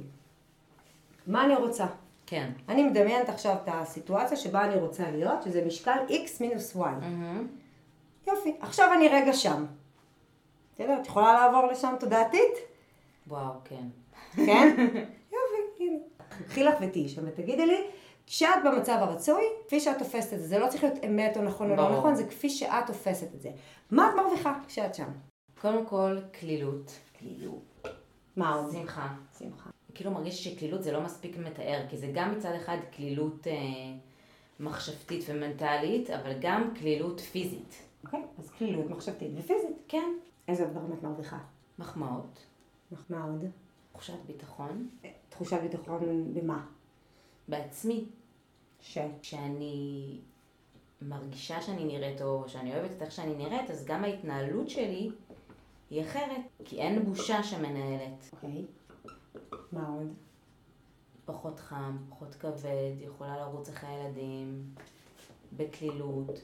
מה אני רוצה? כן. אני מדמיינת עכשיו את הסיטואציה שבה אני רוצה להיות, שזה משקל X מינוס Y. Mm-hmm. יופי, עכשיו אני רגע שם. תראה, את יכולה לעבור לשם תודעתית? וואו, כן. כן? יופי, הנה. קחי לך ותהי שם ותגידי לי, כשאת במצב הרצוי, כפי שאת תופסת את זה, זה לא צריך להיות אמת או נכון או לא נכון, זה כפי שאת תופסת את זה. מה את מרוויחה כשאת שם? קודם כל, כלילות. כלילות. מה עוד? שמחה. שמחה. כאילו מרגיש שכלילות זה לא מספיק מתאר, כי זה גם מצד אחד כלילות אה, מחשבתית ומנטלית, אבל גם כלילות פיזית. אוקיי, אז כלילות מחשבתית ופיזית. כן. איזה דברים את מרוויחה? מחמאות. מה עוד? תחושת ביטחון. תחושת ביטחון במה? בעצמי. ש? שאני מרגישה שאני נראית, או שאני אוהבת את איך שאני נראית, אז גם ההתנהלות שלי היא אחרת, כי אין בושה שמנהלת. אוקיי. מה עוד? פחות חם, פחות כבד, יכולה לרוץ אחרי הילדים, בכלילות.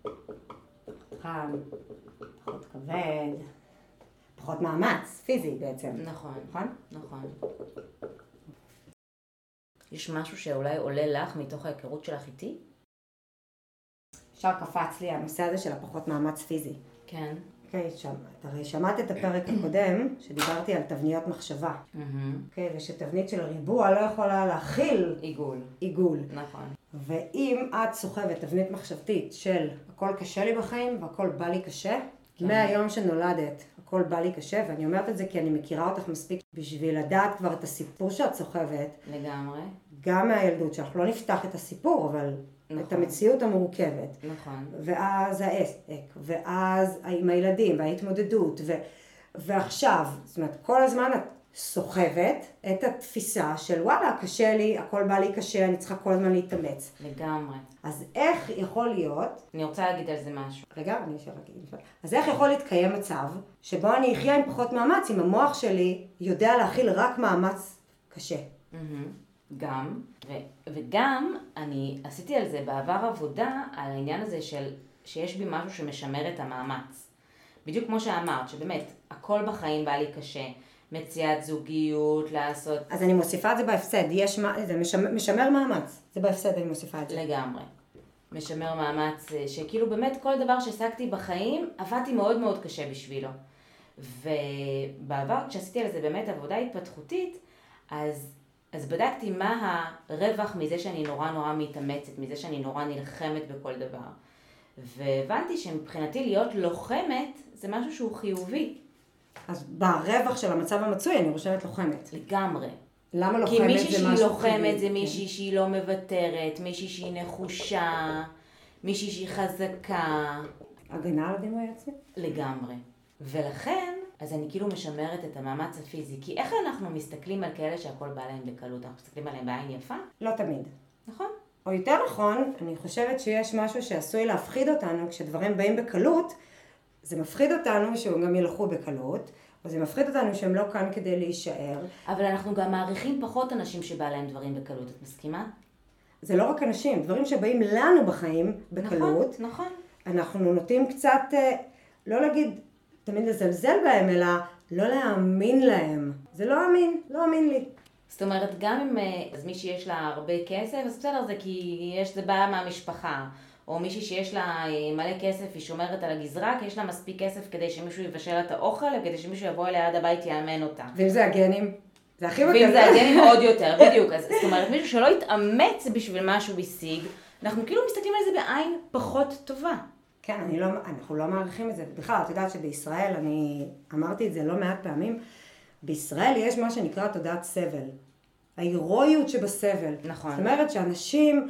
חם, פחות כבד, פחות מאמץ, פיזי בעצם. נכון, נכון? נכון. יש משהו שאולי עולה לך מתוך ההיכרות שלך איתי? ישר קפץ לי הנושא הזה של הפחות מאמץ פיזי. כן. אוקיי, okay, הרי שמעת את הפרק הקודם שדיברתי על תבניות מחשבה. אוקיי, Mm-hmm. okay, ושתבנית של ריבוע לא יכולה להכיל עיגול. עיגול. נכון. ואם את סוחבת תבנית מחשבתית של הכל קשה לי בחיים והכל בא לי קשה, כן. מהיום שנולדת הכל בא לי קשה, ואני אומרת את זה כי אני מכירה אותך מספיק בשביל לדעת כבר את הסיפור שאת סוחבת. לגמרי. גם מהילדות, שאנחנו לא נפתח את הסיפור, אבל נכון. את המציאות המורכבת. נכון. ואז העסק, ואז עם הילדים וההתמודדות, ו... ועכשיו, זאת אומרת, כל הזמן את סוחבת את התפיסה של וואלה, קשה לי, הכל בא לי קשה, אני צריכה כל הזמן להתאמץ. לגמרי. אז איך יכול להיות... אני רוצה להגיד על זה משהו. רגע, אני אשאר להגיד משהו. אז איך יכול להתקיים מצב שבו אני אחיה עם פחות מאמץ, אם המוח שלי יודע להכיל רק מאמץ קשה? גם, ו- וגם אני עשיתי על זה בעבר עבודה, על העניין הזה של שיש בי משהו שמשמר את המאמץ. בדיוק כמו שאמרת, שבאמת, הכל בחיים בא לי קשה. מציאת זוגיות, לעשות... אז אני מוסיפה את זה בהפסד, יש מה, זה משמר, משמר מאמץ, זה בהפסד אני מוסיפה את זה. לגמרי. משמר מאמץ, שכאילו באמת כל דבר שהשגתי בחיים, עבדתי מאוד מאוד קשה בשבילו. ובעבר כשעשיתי על זה באמת עבודה התפתחותית, אז, אז בדקתי מה הרווח מזה שאני נורא נורא מתאמצת, מזה שאני נורא נלחמת בכל דבר. והבנתי שמבחינתי להיות לוחמת זה משהו שהוא חיובי. אז ברווח של המצב המצוי אני רושמת לוחמת. לגמרי. למה לוחמת כי זה משהו מישהי שהיא לוחמת חיובי? זה מישהי שהיא לא מוותרת, מישהי שהיא נחושה, מישהי שהיא חזקה. הגנה על הדימוי העצמי? לגמרי. ולכן, אז אני כאילו משמרת את המאמץ הפיזי. כי איך אנחנו מסתכלים על כאלה שהכל בא להם בקלות? אנחנו מסתכלים עליהם בעין יפה? לא תמיד. נכון? או יותר נכון, אני חושבת שיש משהו שעשוי להפחיד אותנו כשדברים באים בקלות, זה מפחיד אותנו שהם גם ילכו בקלות, או זה מפחיד אותנו שהם לא כאן כדי להישאר. אבל אנחנו גם מעריכים פחות אנשים שבא להם דברים בקלות, את מסכימה? זה לא רק אנשים, דברים שבאים לנו בחיים בקלות. נכון, נכון. אנחנו נוטים קצת, לא להגיד, תמיד לזלזל בהם, אלא לא להאמין להם. זה לא אמין, לא אמין לי. זאת אומרת, גם אם אז מי שיש לה הרבה כסף, אז בסדר, זה כי יש, זה בא מהמשפחה. או מישהי שיש לה מלא כסף, היא שומרת על הגזרה, כי יש לה מספיק כסף כדי שמישהו יבשל לה את האוכל, וכדי שמישהו יבוא אליה עד הבית יאמן אותה. ואם זה הגנים, זה הכי בקלות. ואם זה הגנים עוד יותר, בדיוק. אז זאת אומרת, מישהו שלא יתאמץ בשביל משהו השיג, אנחנו כאילו מסתכלים על זה בעין פחות טובה. כן, אני לא, אנחנו לא מעריכים את זה. בכלל, את יודעת שבישראל, אני אמרתי את זה לא מעט פעמים, בישראל יש מה שנקרא תודעת סבל. ההירואיות שבסבל. נכון. זאת אומרת שאנשים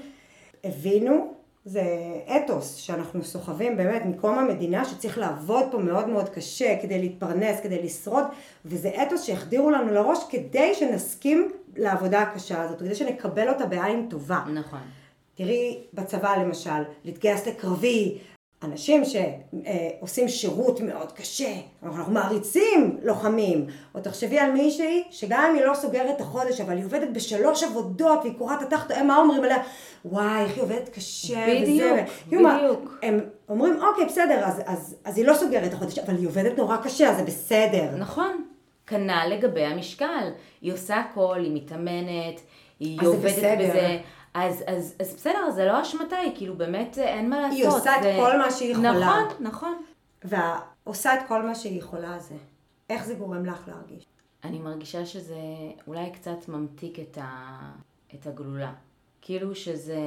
הבינו, זה אתוס שאנחנו סוחבים באמת מקום המדינה שצריך לעבוד פה מאוד מאוד קשה כדי להתפרנס, כדי לשרוד, וזה אתוס שהחדירו לנו לראש כדי שנסכים לעבודה הקשה הזאת, כדי שנקבל אותה בעין טובה. נכון. תראי בצבא למשל, להתגייס לקרבי, אנשים שעושים שירות מאוד קשה, אנחנו מעריצים לוחמים, או תחשבי על מישהי שגם אם היא לא סוגרת את החודש, אבל היא עובדת בשלוש עבודות והיא קוראת התחת, הם מה אומרים עליה? וואי, איך היא עובדת קשה בדיוק, וזה. בדיוק. הם אומרים, אוקיי, בסדר, אז, אז, אז היא לא סוגרת את החודש, אבל היא עובדת נורא קשה, אז זה בסדר. נכון. כנ"ל לגבי המשקל. היא עושה הכל, היא מתאמנת, היא אז עובדת בסדר. בזה. אז, אז, אז בסדר, זה לא אשמתה, היא כאילו באמת אין מה לעשות. היא עושה זה... את כל מה שהיא יכולה. נכון, נכון. ועושה את כל מה שהיא יכולה זה. איך זה גורם לך להרגיש? אני מרגישה שזה אולי קצת ממתיק את, ה... את הגלולה. כאילו שזה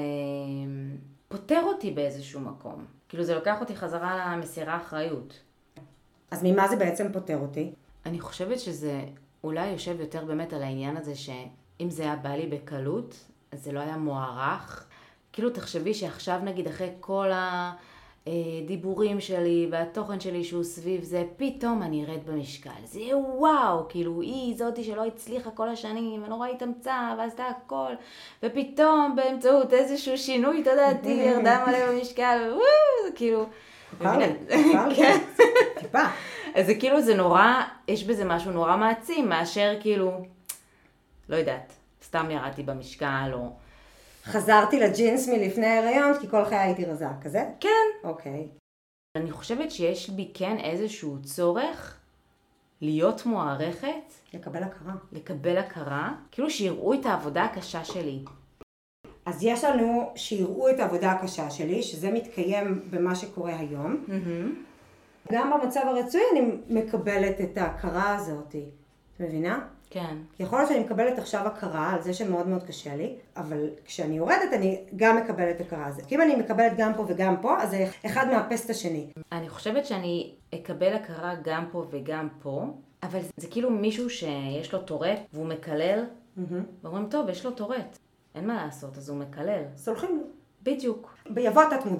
פותר אותי באיזשהו מקום. כאילו זה לוקח אותי חזרה למסירה אחריות. אז ממה זה בעצם פותר אותי? אני חושבת שזה אולי יושב יותר באמת על העניין הזה שאם זה היה בא לי בקלות, אז זה לא היה מוערך. כאילו תחשבי שעכשיו נגיד אחרי כל הדיבורים שלי והתוכן שלי שהוא סביב זה, פתאום אני ארד במשקל. זה יהיה וואו, כאילו היא זאתי שלא הצליחה כל השנים, ונורא התאמצה ועשתה הכל, ופתאום באמצעות איזשהו שינוי תודעתי ירדה מלא במשקל, וואו, כאילו... מוכר לי, מוכר לי, טיפה. אז זה כאילו זה נורא, יש בזה משהו נורא מעצים, מאשר כאילו, לא יודעת, סתם ירדתי במשקל או... חזרתי לג'ינס מלפני ההיריון, כי כל חיי הייתי רזה, כזה? כן. אוקיי. אני חושבת שיש בי כן איזשהו צורך להיות מוערכת. לקבל הכרה. לקבל הכרה. כאילו שיראו את העבודה הקשה שלי. אז יש לנו שיראו את העבודה הקשה שלי, שזה מתקיים במה שקורה היום. Mm-hmm. גם במצב הרצוי אני מקבלת את ההכרה הזאת. את מבינה? כן. יכול להיות שאני מקבלת עכשיו הכרה על זה שמאוד מאוד קשה לי, אבל כשאני יורדת אני גם מקבלת הכרה על זה. כי אם אני מקבלת גם פה וגם פה, אז זה אחד מאפס את השני. אני חושבת שאני אקבל הכרה גם פה וגם פה, אבל זה, זה כאילו מישהו שיש לו טורט והוא מקלל, mm-hmm. ואומרים, טוב, יש לו טורט. אין מה לעשות, אז הוא מקלל. סולחים לו. בדיוק. ביבוא תת מודע,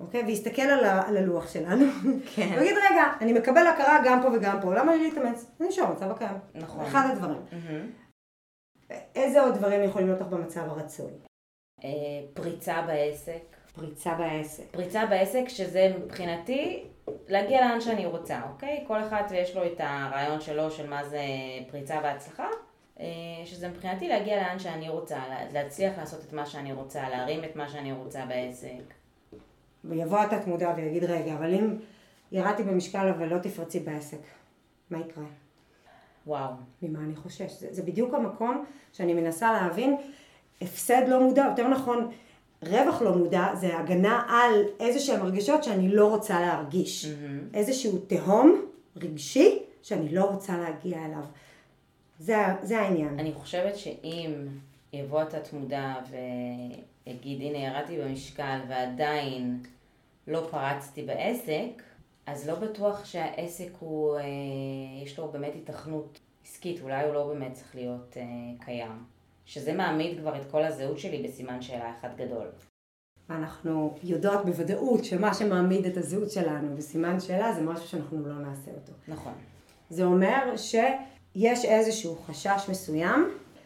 אוקיי? ויסתכל על, ה, על הלוח שלנו. כן. ויגיד, רגע, אני מקבל הכרה גם פה וגם פה, למה לי להתאמץ? אני נשאר מצב הקיים. נכון. אחד הדברים. Mm-hmm. איזה עוד דברים יכולים להיות לך במצב הרצוי? אה, פריצה בעסק. פריצה בעסק. פריצה בעסק שזה מבחינתי להגיע לאן שאני רוצה, אוקיי? כל אחד יש לו את הרעיון שלו של מה זה פריצה והצלחה, שזה מבחינתי להגיע לאן שאני רוצה, להצליח לעשות את מה שאני רוצה, להרים את מה שאני רוצה בעסק. ויבוא התת מודע ויגיד, רגע, אבל אם ירדתי במשקל אבל לא תפרצי בעסק, מה יקרה? וואו. ממה אני חושש? זה, זה בדיוק המקום שאני מנסה להבין, הפסד לא מודע, יותר נכון, רווח לא מודע, זה הגנה על איזושהי מרגשות שאני לא רוצה להרגיש. Mm-hmm. איזשהו תהום רגשי שאני לא רוצה להגיע אליו. זה, זה העניין. אני חושבת שאם יבוא התת מודע ויגיד, הנה ירדתי במשקל ועדיין לא פרצתי בעסק, אז לא בטוח שהעסק הוא, אה, יש לו באמת התכנות עסקית, אולי הוא לא באמת צריך להיות אה, קיים. שזה מעמיד כבר את כל הזהות שלי בסימן שאלה אחד גדול. אנחנו יודעות בוודאות שמה שמעמיד את הזהות שלנו בסימן שאלה זה משהו שאנחנו לא נעשה אותו. נכון. זה אומר שיש איזשהו חשש מסוים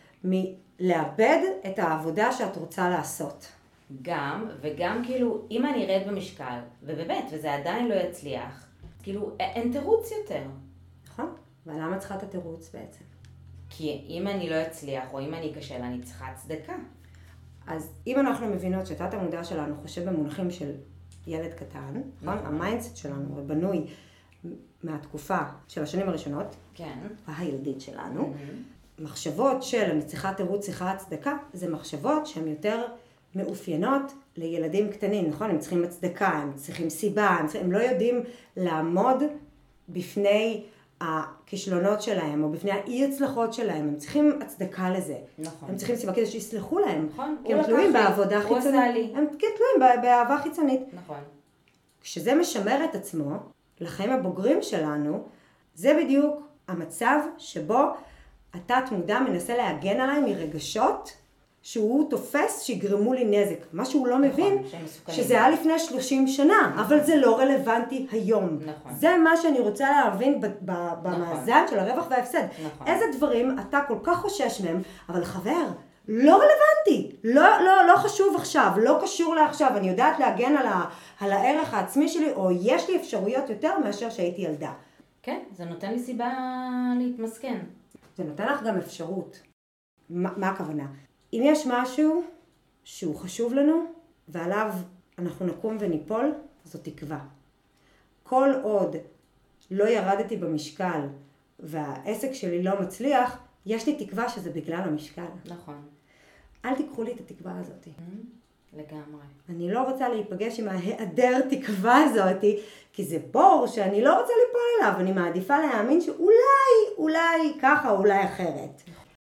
מלאבד את העבודה שאת רוצה לעשות. גם, וגם כאילו, אם אני ארד במשקל, ובאמת, וזה עדיין לא יצליח, כאילו, אין תירוץ יותר. נכון? ולמה צריכה את התירוץ בעצם? כי אם אני לא אצליח, או אם אני אכשל, אני צריכה צדקה. אז אם אנחנו מבינות שתת המודע שלנו חושב במונחים של ילד קטן, נכון? המיינדסט שלנו בנוי מהתקופה של השנים הראשונות, כן. הילדית שלנו, מחשבות של אני צריכה תירוץ, צריכה הצדקה, זה מחשבות שהן יותר מאופיינות לילדים קטנים, נכון? הם צריכים הצדקה, הם צריכים סיבה, הם, צריכים, הם לא יודעים לעמוד בפני הכישלונות שלהם, או בפני האי-הצלחות שלהם, הם צריכים הצדקה לזה. נכון. הם צריכים סיבה כדי שיסלחו להם. נכון. כי הם תלויים בעבודה חיצונית. הוא עשה לי. הם תלויים באהבה חיצונית. נכון. כשזה משמר את עצמו, לחיים הבוגרים שלנו, זה בדיוק המצב שבו התת מודע מנסה להגן עליי מרגשות, שהוא תופס שיגרמו לי נזק. מה שהוא לא מבין, שזה היה לפני שלושים שנה, אבל זה לא רלוונטי היום. נכון. זה מה שאני רוצה להבין במאזן של הרווח וההפסד. נכון. איזה דברים אתה כל כך חושש מהם, אבל חבר, לא רלוונטי, לא, לא, לא חשוב עכשיו, לא קשור לעכשיו, אני יודעת להגן על, ה, על הערך העצמי שלי, או יש לי אפשרויות יותר מאשר שהייתי ילדה. כן, זה נותן לי סיבה להתמסכן. זה נותן לך גם אפשרות. מה, מה הכוונה? אם יש משהו שהוא חשוב לנו, ועליו אנחנו נקום וניפול, זו תקווה. כל עוד לא ירדתי במשקל, והעסק שלי לא מצליח, יש לי תקווה שזה בגלל המשקל. נכון. אל תיקחו לי את התקווה הזאת. לגמרי. אני לא רוצה להיפגש עם ההיעדר תקווה הזאת, כי זה בור שאני לא רוצה ליפול אליו. אני מעדיפה להאמין שאולי, אולי ככה, אולי אחרת.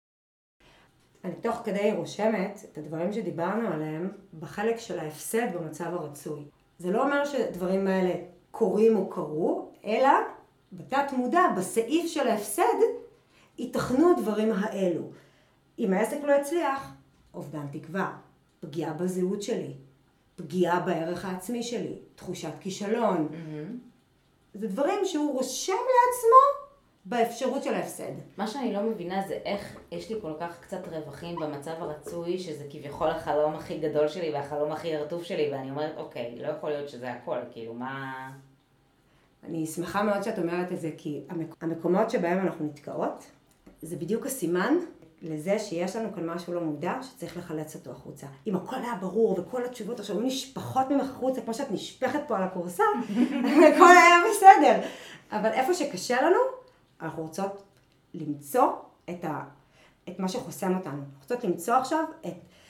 אני תוך כדי רושמת את הדברים שדיברנו עליהם בחלק של ההפסד במצב הרצוי. זה לא אומר שדברים האלה קורים או קרו, אלא בתת מודע, בסעיף של ההפסד, ייתכנו הדברים האלו. אם העסק לא יצליח, אובדן תקווה, פגיעה בזהות שלי, פגיעה בערך העצמי שלי, תחושת כישלון. Mm-hmm. זה דברים שהוא רושם לעצמו באפשרות של ההפסד. מה שאני לא מבינה זה איך יש לי כל כך קצת רווחים במצב הרצוי, שזה כביכול החלום הכי גדול שלי והחלום הכי רטוב שלי, ואני אומרת, אוקיי, לא יכול להיות שזה הכל, כאילו, מה... אני שמחה מאוד שאת אומרת את זה, כי המקומות שבהם אנחנו נתקעות, זה בדיוק הסימן לזה שיש לנו כאן משהו לא מודע, שצריך לחלץ אותו החוצה. אם הכל היה ברור וכל התשובות עכשיו נשפחות ממך החוצה, כמו שאת נשפחת פה על הקורסה, הכל היה בסדר. אבל איפה שקשה לנו, אנחנו רוצות למצוא את, ה, את מה שחוסם אותנו. אנחנו רוצות למצוא עכשיו את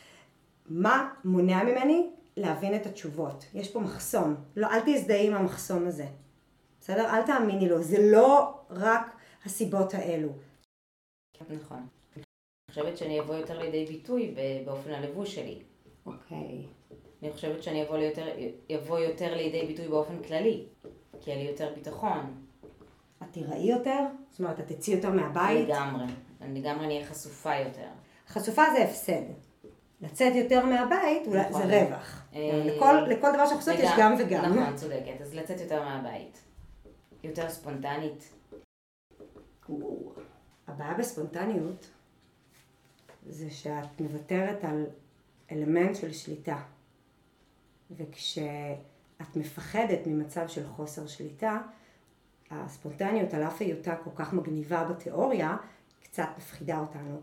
מה מונע ממני להבין את התשובות. יש פה מחסום. לא, אל תזדהי עם המחסום הזה. בסדר? אל תאמיני לו. זה לא רק הסיבות האלו. נכון. אני חושבת שאני אבוא יותר לידי ביטוי באופן הלבוש שלי. אוקיי. אני חושבת שאני אבוא יותר, יבוא יותר לידי ביטוי באופן כללי. כי יהיה לי יותר ביטחון. את תיראי יותר? זאת אומרת, את תצאי יותר מהבית? לגמרי. אני לגמרי נהיה חשופה יותר. חשופה זה הפסד. לצאת יותר מהבית, אולי נכון. זה רווח. אה, לכל, לכל דבר שאנחנו עושות יש גם וגם. נכון, צודקת. אז לצאת יותר מהבית. יותר ספונטנית. וואו. הבעיה בספונטניות זה שאת מוותרת על אלמנט של שליטה. וכשאת מפחדת ממצב של חוסר שליטה, הספונטניות על אף היותה כל כך מגניבה בתיאוריה, קצת מפחידה אותנו.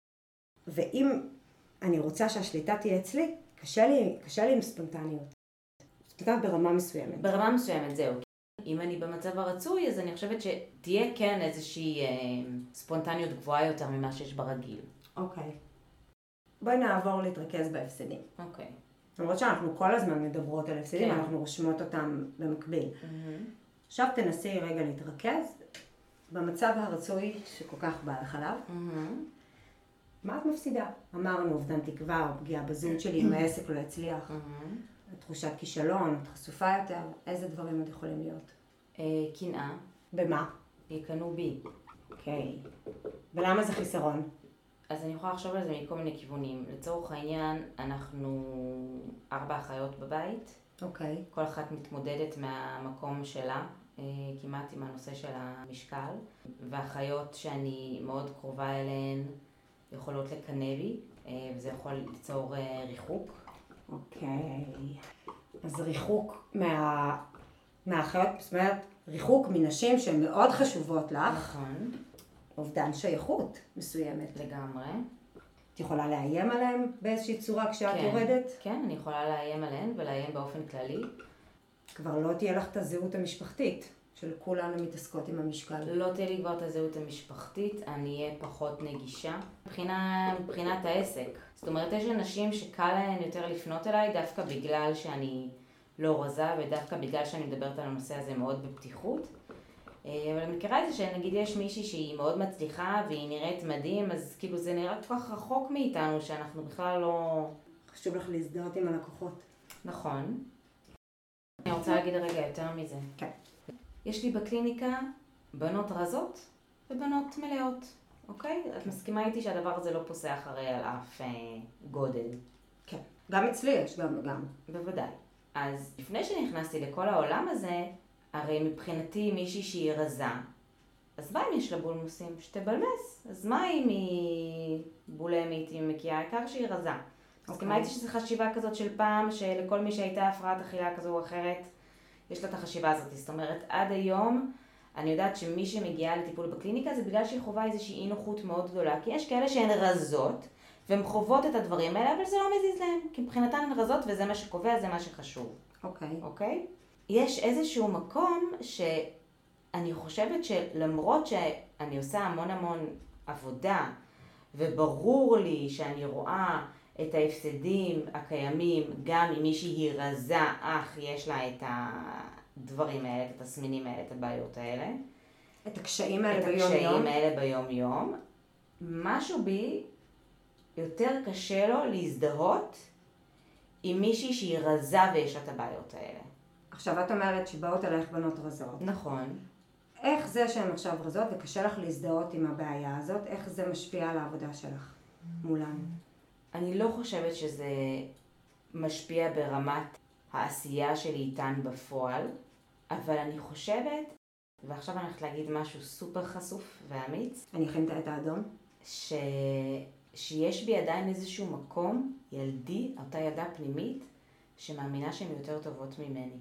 ואם אני רוצה שהשליטה תהיה אצלי, קשה לי, קשה לי עם ספונטניות. ספונטניות ברמה מסוימת. ברמה מסוימת, זהו. אם אני במצב הרצוי, אז אני חושבת שתהיה כן איזושהי אה, ספונטניות גבוהה יותר ממה שיש ברגיל. אוקיי. בואי נעבור להתרכז בהפסדים. אוקיי. למרות שאנחנו כל הזמן מדברות על הפסדים, כן. אנחנו רושמות אותם במקביל. Mm-hmm. עכשיו תנסי רגע להתרכז במצב הרצוי שכל כך בא לך עליו. Mm-hmm. מה את מפסידה? אמרנו אובדן תקווה או פגיעה בזהות שלי אם העסק לא יצליח. Mm-hmm. תחושת כישלון, את חשופה יותר, איזה דברים עוד יכולים להיות? אה, קנאה, במה? יקנו בי. אוקיי. ולמה זה חיסרון? אז אני יכולה לחשוב על זה מכל מיני כיוונים. לצורך העניין, אנחנו ארבע אחיות בבית. אוקיי. כל אחת מתמודדת מהמקום שלה, אה, כמעט עם הנושא של המשקל. והאחיות שאני מאוד קרובה אליהן יכולות לקנא בי, אה, וזה יכול ליצור אה, ריחוק. אוקיי. אז ריחוק מה... מהאחיות, זאת אומרת, ריחוק מנשים שהן מאוד חשובות לך, נכון, אובדן שייכות מסוימת. לגמרי. את יכולה לאיים עליהם באיזושהי צורה כשאת כן, יורדת? כן, אני יכולה לאיים עליהן ולאיים באופן כללי. כבר לא תהיה לך את הזהות המשפחתית, של כולנו מתעסקות עם המשקל. לא תהיה לי כבר את הזהות המשפחתית, אני אהיה פחות נגישה. מבחינה, מבחינת העסק. זאת אומרת, יש אנשים שקל להן יותר לפנות אליי דווקא בגלל שאני לא רזה ודווקא בגלל שאני מדברת על הנושא הזה מאוד בפתיחות. אבל אני מכירה את זה שנגיד יש מישהי שהיא מאוד מצליחה והיא נראית מדהים, אז כאילו זה נראה כל כך רחוק מאיתנו שאנחנו בכלל לא... חשוב לך להזדהות עם הלקוחות. נכון. אני רוצה להגיד רגע יותר מזה. כן. יש לי בקליניקה בנות רזות ובנות מלאות, אוקיי? את מסכימה איתי שהדבר הזה לא פוסח הרי על אף אה, גודל. כן. גם אצלי יש, גם וגם. בוודאי. אז לפני שנכנסתי לכל העולם הזה, הרי מבחינתי מישהי שהיא רזה, אז מה אם יש לה בולמוסים? שתבלמס. אז מה אם היא בולמית, היא מקיאה? העיקר שהיא רזה. מסכימה איתי שזו חשיבה כזאת של פעם, שלכל מי שהייתה הפרעת אכילה כזו או אחרת, יש לה את החשיבה הזאת. זאת אומרת, עד היום אני יודעת שמי שמגיעה לטיפול בקליניקה זה בגלל שהיא חובה איזושהי אי נוחות מאוד גדולה. כי יש כאלה שהן רזות, והן חוות את הדברים האלה, אבל זה לא מזיז להם. כי מבחינתן הן רזות וזה מה שקובע, זה מה שחשוב. אוקיי. אוקיי? יש איזשהו מקום שאני חושבת שלמרות שאני עושה המון המון עבודה, וברור לי שאני רואה את ההפסדים הקיימים גם אם מישהי רזה, אך יש לה את הדברים האלה, את התסמינים האלה, את הבעיות האלה. את הקשיים האלה ביום יום. את הקשיים האלה ביום יום. משהו בי יותר קשה לו להזדהות עם מישהי שהיא רזה ויש לה את הבעיות האלה. עכשיו את אומרת שבאות עליך בנות רזות. נכון. איך זה שהן עכשיו רזות וקשה לך להזדהות עם הבעיה הזאת, איך זה משפיע על העבודה שלך מולן? אני לא חושבת שזה משפיע ברמת העשייה שלי איתן בפועל, אבל אני חושבת, ועכשיו אני הולכת להגיד משהו סופר חשוף ואמיץ, אני אכין את האדום. ש... שיש בי עדיין איזשהו מקום ילדי, אותה ילדה פנימית, שמאמינה שהן יותר טובות ממני.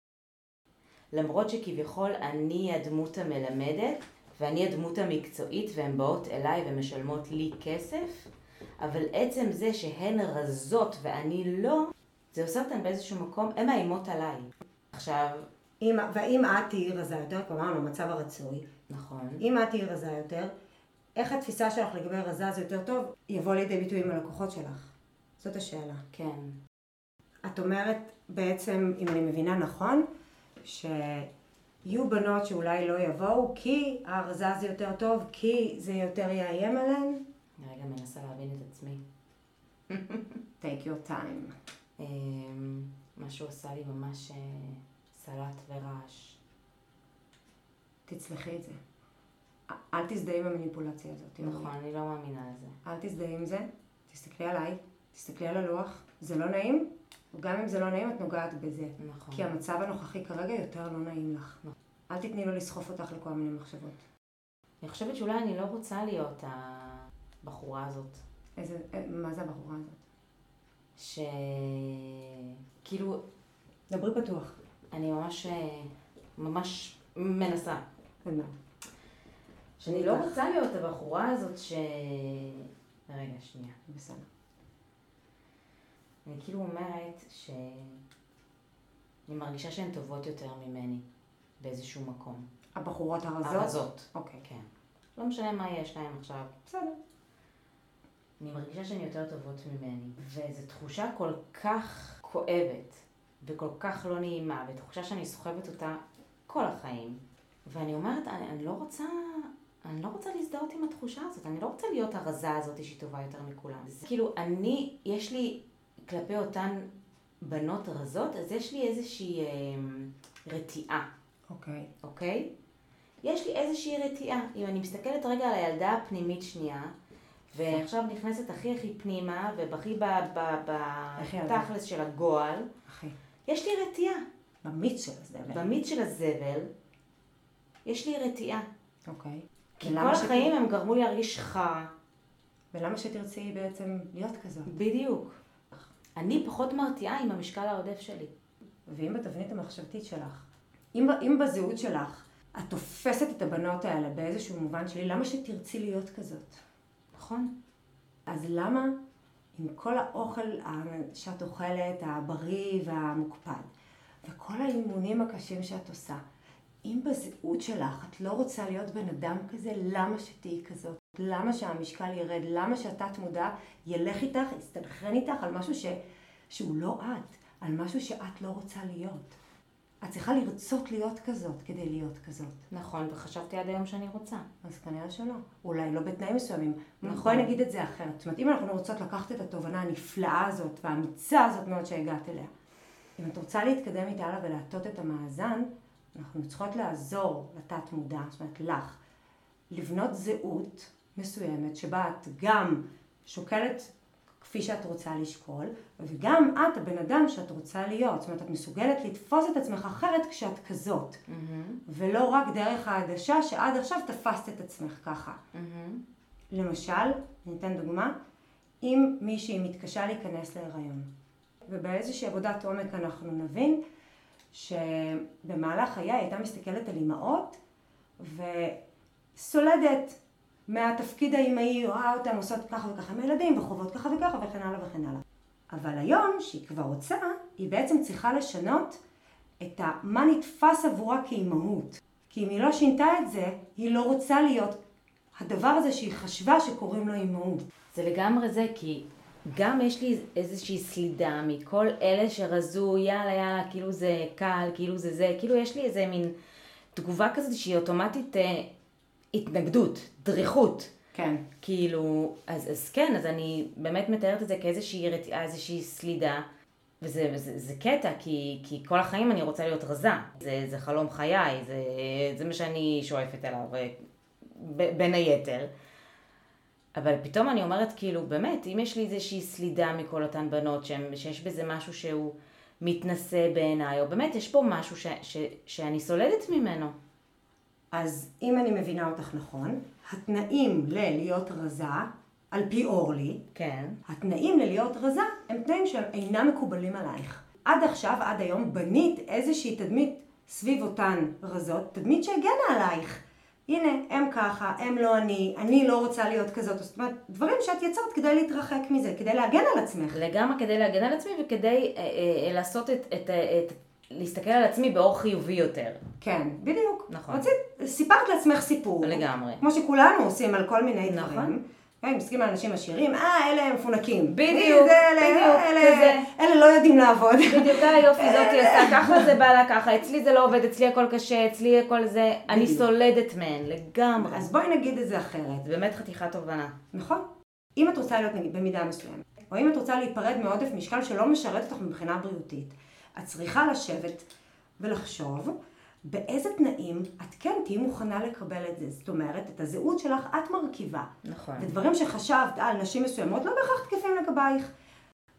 למרות שכביכול אני הדמות המלמדת, ואני הדמות המקצועית, והן באות אליי ומשלמות לי כסף, אבל עצם זה שהן רזות ואני לא, זה עושה אותן באיזשהו מקום, הן מאיימות עליי. עכשיו... אם, ואם את תהיי רזה יותר, כלומר במצב הרצוי, נכון. אם את תהיי רזה יותר, איך התפיסה שלך לגבי רזה זה יותר טוב, יבוא לידי ביטוי עם הלקוחות שלך? זאת השאלה. כן. את אומרת בעצם, אם אני מבינה נכון, שיהיו בנות שאולי לא יבואו, כי הרזה זה יותר טוב, כי זה יותר יאיים עליהן? אני רגע מנסה להבין את עצמי. Take your time. משהו עושה לי ממש סלט ורעש. תצלחי את זה. אל תזדהי עם המניפולציה הזאת. נכון, אני לא מאמינה על זה. אל תזדהי עם זה, תסתכלי עליי, תסתכלי על הלוח, זה לא נעים, וגם אם זה לא נעים, את נוגעת בזה. נכון. כי המצב הנוכחי כרגע יותר לא נעים לך. נכון. אל תתני לו לסחוף אותך לכל מיני מחשבות. אני חושבת שאולי אני לא רוצה להיות הבחורה הזאת. איזה, מה זה הבחורה הזאת? ש... כאילו... דברי פתוח. אני ממש, ממש מנסה. ומה? שאני לא רוצה להיות הבחורה הזאת ש... רגע, שנייה. בסדר. אני כאילו אומרת ש... אני מרגישה שהן טובות יותר ממני באיזשהו מקום. הבחורות הרזות? הרזות. אוקיי. כן. לא משנה מה יש להן עכשיו. בסדר. אני מרגישה שהן יותר טובות ממני. וזו תחושה כל כך כואבת וכל כך לא נעימה, ותחושה שאני סוחבת אותה כל החיים. ואני אומרת, אני, אני לא רוצה... אני לא רוצה להזדהות עם התחושה הזאת, אני לא רוצה להיות הרזה הזאת שהיא טובה יותר מכולם. זה, כאילו, אני, יש לי כלפי אותן בנות רזות, אז יש לי איזושהי אה, רתיעה. אוקיי. אוקיי? יש לי איזושהי רתיעה. אם אני מסתכלת רגע על הילדה הפנימית שנייה, ועכשיו נכנסת הכי הכי פנימה, ובכי בתכלס של הגועל, אחי. יש לי רתיעה. במיץ של הזבל. במיץ של הזבל, יש לי רתיעה. אוקיי. כי כל החיים הם גרמו לי להרגיש חרא. ולמה שתרצי בעצם להיות כזאת? בדיוק. אני פחות מרתיעה עם המשקל העודף שלי. ואם בתבנית המחשבתית שלך, אם, אם בזהות שלך, את תופסת את הבנות האלה באיזשהו מובן שלי, למה שתרצי להיות כזאת? נכון. אז למה עם כל האוכל שאת אוכלת, הבריא והמוקפד, וכל האימונים הקשים שאת עושה, אם בזהות שלך את לא רוצה להיות בן אדם כזה, למה שתהי כזאת? למה שהמשקל ירד? למה שהתת מודע ילך איתך, יסתנכרן איתך על משהו ש... שהוא לא את, על משהו שאת לא רוצה להיות? את צריכה לרצות להיות כזאת כדי להיות כזאת. נכון, וחשבתי עד היום שאני רוצה. אז כנראה שלא. אולי לא בתנאים מסוימים. נכון. בואי נגיד את זה אחרת. זאת אומרת, אם אנחנו רוצות לקחת את התובנה הנפלאה הזאת והאמיצה הזאת מאוד שהגעת אליה, אם את רוצה להתקדם איתה הלאה ולהטות את המאזן, אנחנו צריכות לעזור לתת מודע, זאת אומרת לך, לבנות זהות מסוימת שבה את גם שוקלת כפי שאת רוצה לשקול, וגם את הבן אדם שאת רוצה להיות. זאת אומרת, את מסוגלת לתפוס את עצמך אחרת כשאת כזאת, Mm-hmm. ולא רק דרך העדשה שעד עכשיו תפסת את עצמך ככה. Mm-hmm. למשל, ניתן דוגמה, אם מישהי מתקשה להיכנס להיריון, ובאיזושהי עבודת עומק אנחנו נבין, שבמהלך חיי הייתה מסתכלת על אימהות וסולדת מהתפקיד האימהי, רואה אותם עושות ככה וככה עם הילדים וחובות ככה וככה וכן הלאה וכן הלאה. אבל היום שהיא כבר רוצה, היא בעצם צריכה לשנות את מה נתפס עבורה כאימהות. כי אם היא לא שינתה את זה, היא לא רוצה להיות הדבר הזה שהיא חשבה שקוראים לו אימהות. זה לגמרי זה, כי גם יש לי איזושהי סלידה מכל אלה שרזו, יאללה יאללה, כאילו זה קל, כאילו זה זה, כאילו יש לי איזה מין תגובה כזאת שהיא אוטומטית אה, התנגדות, דריכות. כן. כאילו, אז, אז כן, אז אני באמת מתארת את זה כאיזושהי רתיעה, איזושהי סלידה, וזה זה, זה קטע, כי, כי כל החיים אני רוצה להיות רזה. זה, זה חלום חיי, זה, זה מה שאני שואפת אליו, ב, בין היתר. אבל פתאום אני אומרת, כאילו, באמת, אם יש לי איזושהי סלידה מכל אותן בנות, שהם, שיש בזה משהו שהוא מתנשא בעיניי, או באמת יש פה משהו ש, ש, שאני סולדת ממנו. אז אם אני מבינה אותך נכון, התנאים ללהיות רזה, על פי אורלי, כן. התנאים ללהיות רזה הם תנאים שהם אינם מקובלים עלייך. עד עכשיו, עד היום, בנית איזושהי תדמית סביב אותן רזות, תדמית שהגנה עלייך. הנה, הם ככה, הם לא אני, אני לא רוצה להיות כזאת. זאת אומרת, דברים שאת יצרת כדי להתרחק מזה, כדי להגן על עצמך. לגמרי כדי להגן על עצמי וכדי אה, אה, לעשות את, את, את, להסתכל על עצמי באור חיובי יותר. כן, בדיוק. נכון. רצית, סיפרת לעצמך סיפור. לגמרי. כמו שכולנו עושים על כל מיני נכון. דברים. כן, מסתכלים על אנשים עשירים, אה, אלה הם מפונקים. בדיוק, זה, אלה, בדיוק, אלה, כזה. אלה לא יודעים לעבוד. בדיוק, היופי, זאתי עושה ככה, זה בא לה ככה, אצלי זה לא עובד, אצלי הכל קשה, אצלי הכל זה, אני סולדת מהן, לגמרי. אז בואי נגיד את זה אחרת. זה באמת חתיכת תובנה. נכון? אם את רוצה להיות נגיד במידה מסוימת, או אם את רוצה להיפרד מעודף משקל שלא משרת אותך מבחינה בריאותית, את צריכה לשבת ולחשוב באיזה תנאים את כן תהיי מוכנה לקבל את זה. זאת אומרת, את הזהות שלך את מרכיבה. נכון. ודברים שחשבת על נשים מסוימות לא בהכרח תקפים לגבייך.